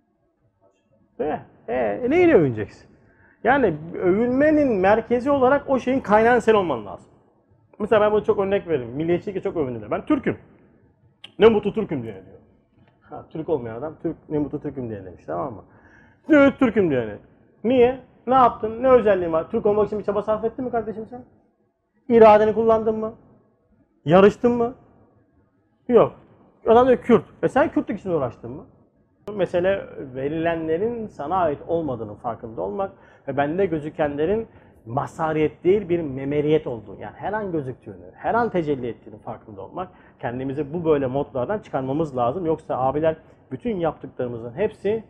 E, e, neyle övüneceksin? Yani övülmenin merkezi olarak o şeyin kaynağın sen olman lazım. Mesela ben bunu çok örnek veririm. Milliyetçilikle çok övünürler. Ben Türk'üm. Ne mutlu Türk'üm diye diyor. Ha, Türk olmayan adam Türk, ne mutlu Türk'üm diye demiş, tamam mı? Evet Türk'üm diye. Niye? Ne yaptın? Ne özelliğin var? Türk olmak için bir çaba sarf ettin mi kardeşim sen? İradeni kullandın mı? Yarıştın mı? Yok. Adam diyor Kürt. E sen Kürtlük için uğraştın mı? Mesele verilenlerin sana ait olmadığının farkında olmak ve bende gözükenlerin mazhariyet değil bir memeriyet olduğu, yani her an gözüktüğünü, her an tecelli ettiğini farkında olmak. Kendimizi bu böyle modlardan çıkarmamız lazım. Yoksa abiler bütün yaptıklarımızın hepsi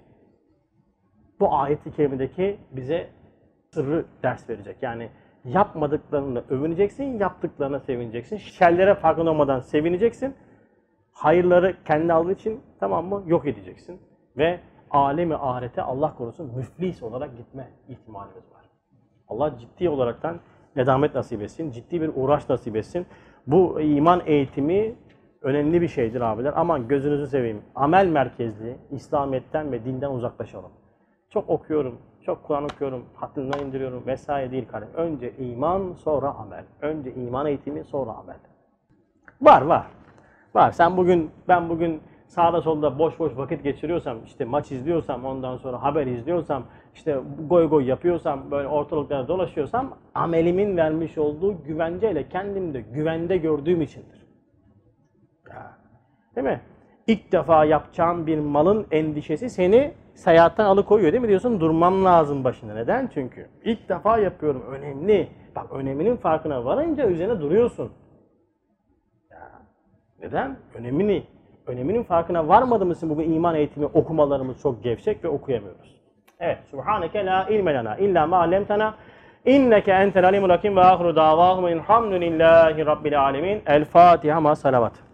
bu ayet-i kerimedeki bize sırrı ders verecek. Yani yapmadıklarını övüneceksin, yaptıklarına sevineceksin. Şerlere farkında olmadan sevineceksin. Hayırları kendi aldığı için, tamam mı, yok edeceksin. Ve alemi ahirete Allah korusun müflis olarak gitme ihtimalimiz var. Allah ciddi olaraktan nedamet nasip etsin, ciddi bir uğraş nasip etsin. Bu iman eğitimi önemli bir şeydir abiler. Aman gözünüzü seveyim. Amel merkezli, İslamiyet'ten ve dinden uzaklaşalım. Çok okuyorum, çok Kur'an okuyorum, hatırına indiriyorum vesaire değil kardeşim. Önce iman, sonra amel. Önce iman eğitimi, sonra amel. Var, var. Var. Sen bugün, ben bugün sağda solda boş boş vakit geçiriyorsam, işte maç izliyorsam, ondan sonra haber izliyorsam, işte goy goy yapıyorsam, böyle ortalıklarda dolaşıyorsam, amelimin vermiş olduğu güvenceyle kendimde güvende gördüğüm içindir. Ya. Değil mi? İlk defa yapacağın bir malın endişesi seni seyahatten alıkoyuyor değil mi? Diyorsun durmam lazım başında. Neden? Çünkü ilk defa yapıyorum. Önemli. Bak öneminin farkına varınca üzerine duruyorsun. Ya, neden? Önemini. Öneminin farkına varmadığımız için bugün iman eğitimi okumalarımız çok gevşek ve okuyamıyoruz. Evet. Subhaneke la ilme lena illa ma allamtana inneke entel alimul hakim ve ahiru davahum elhamdülillahi rabbil alemin. El Fatiha ma salavat.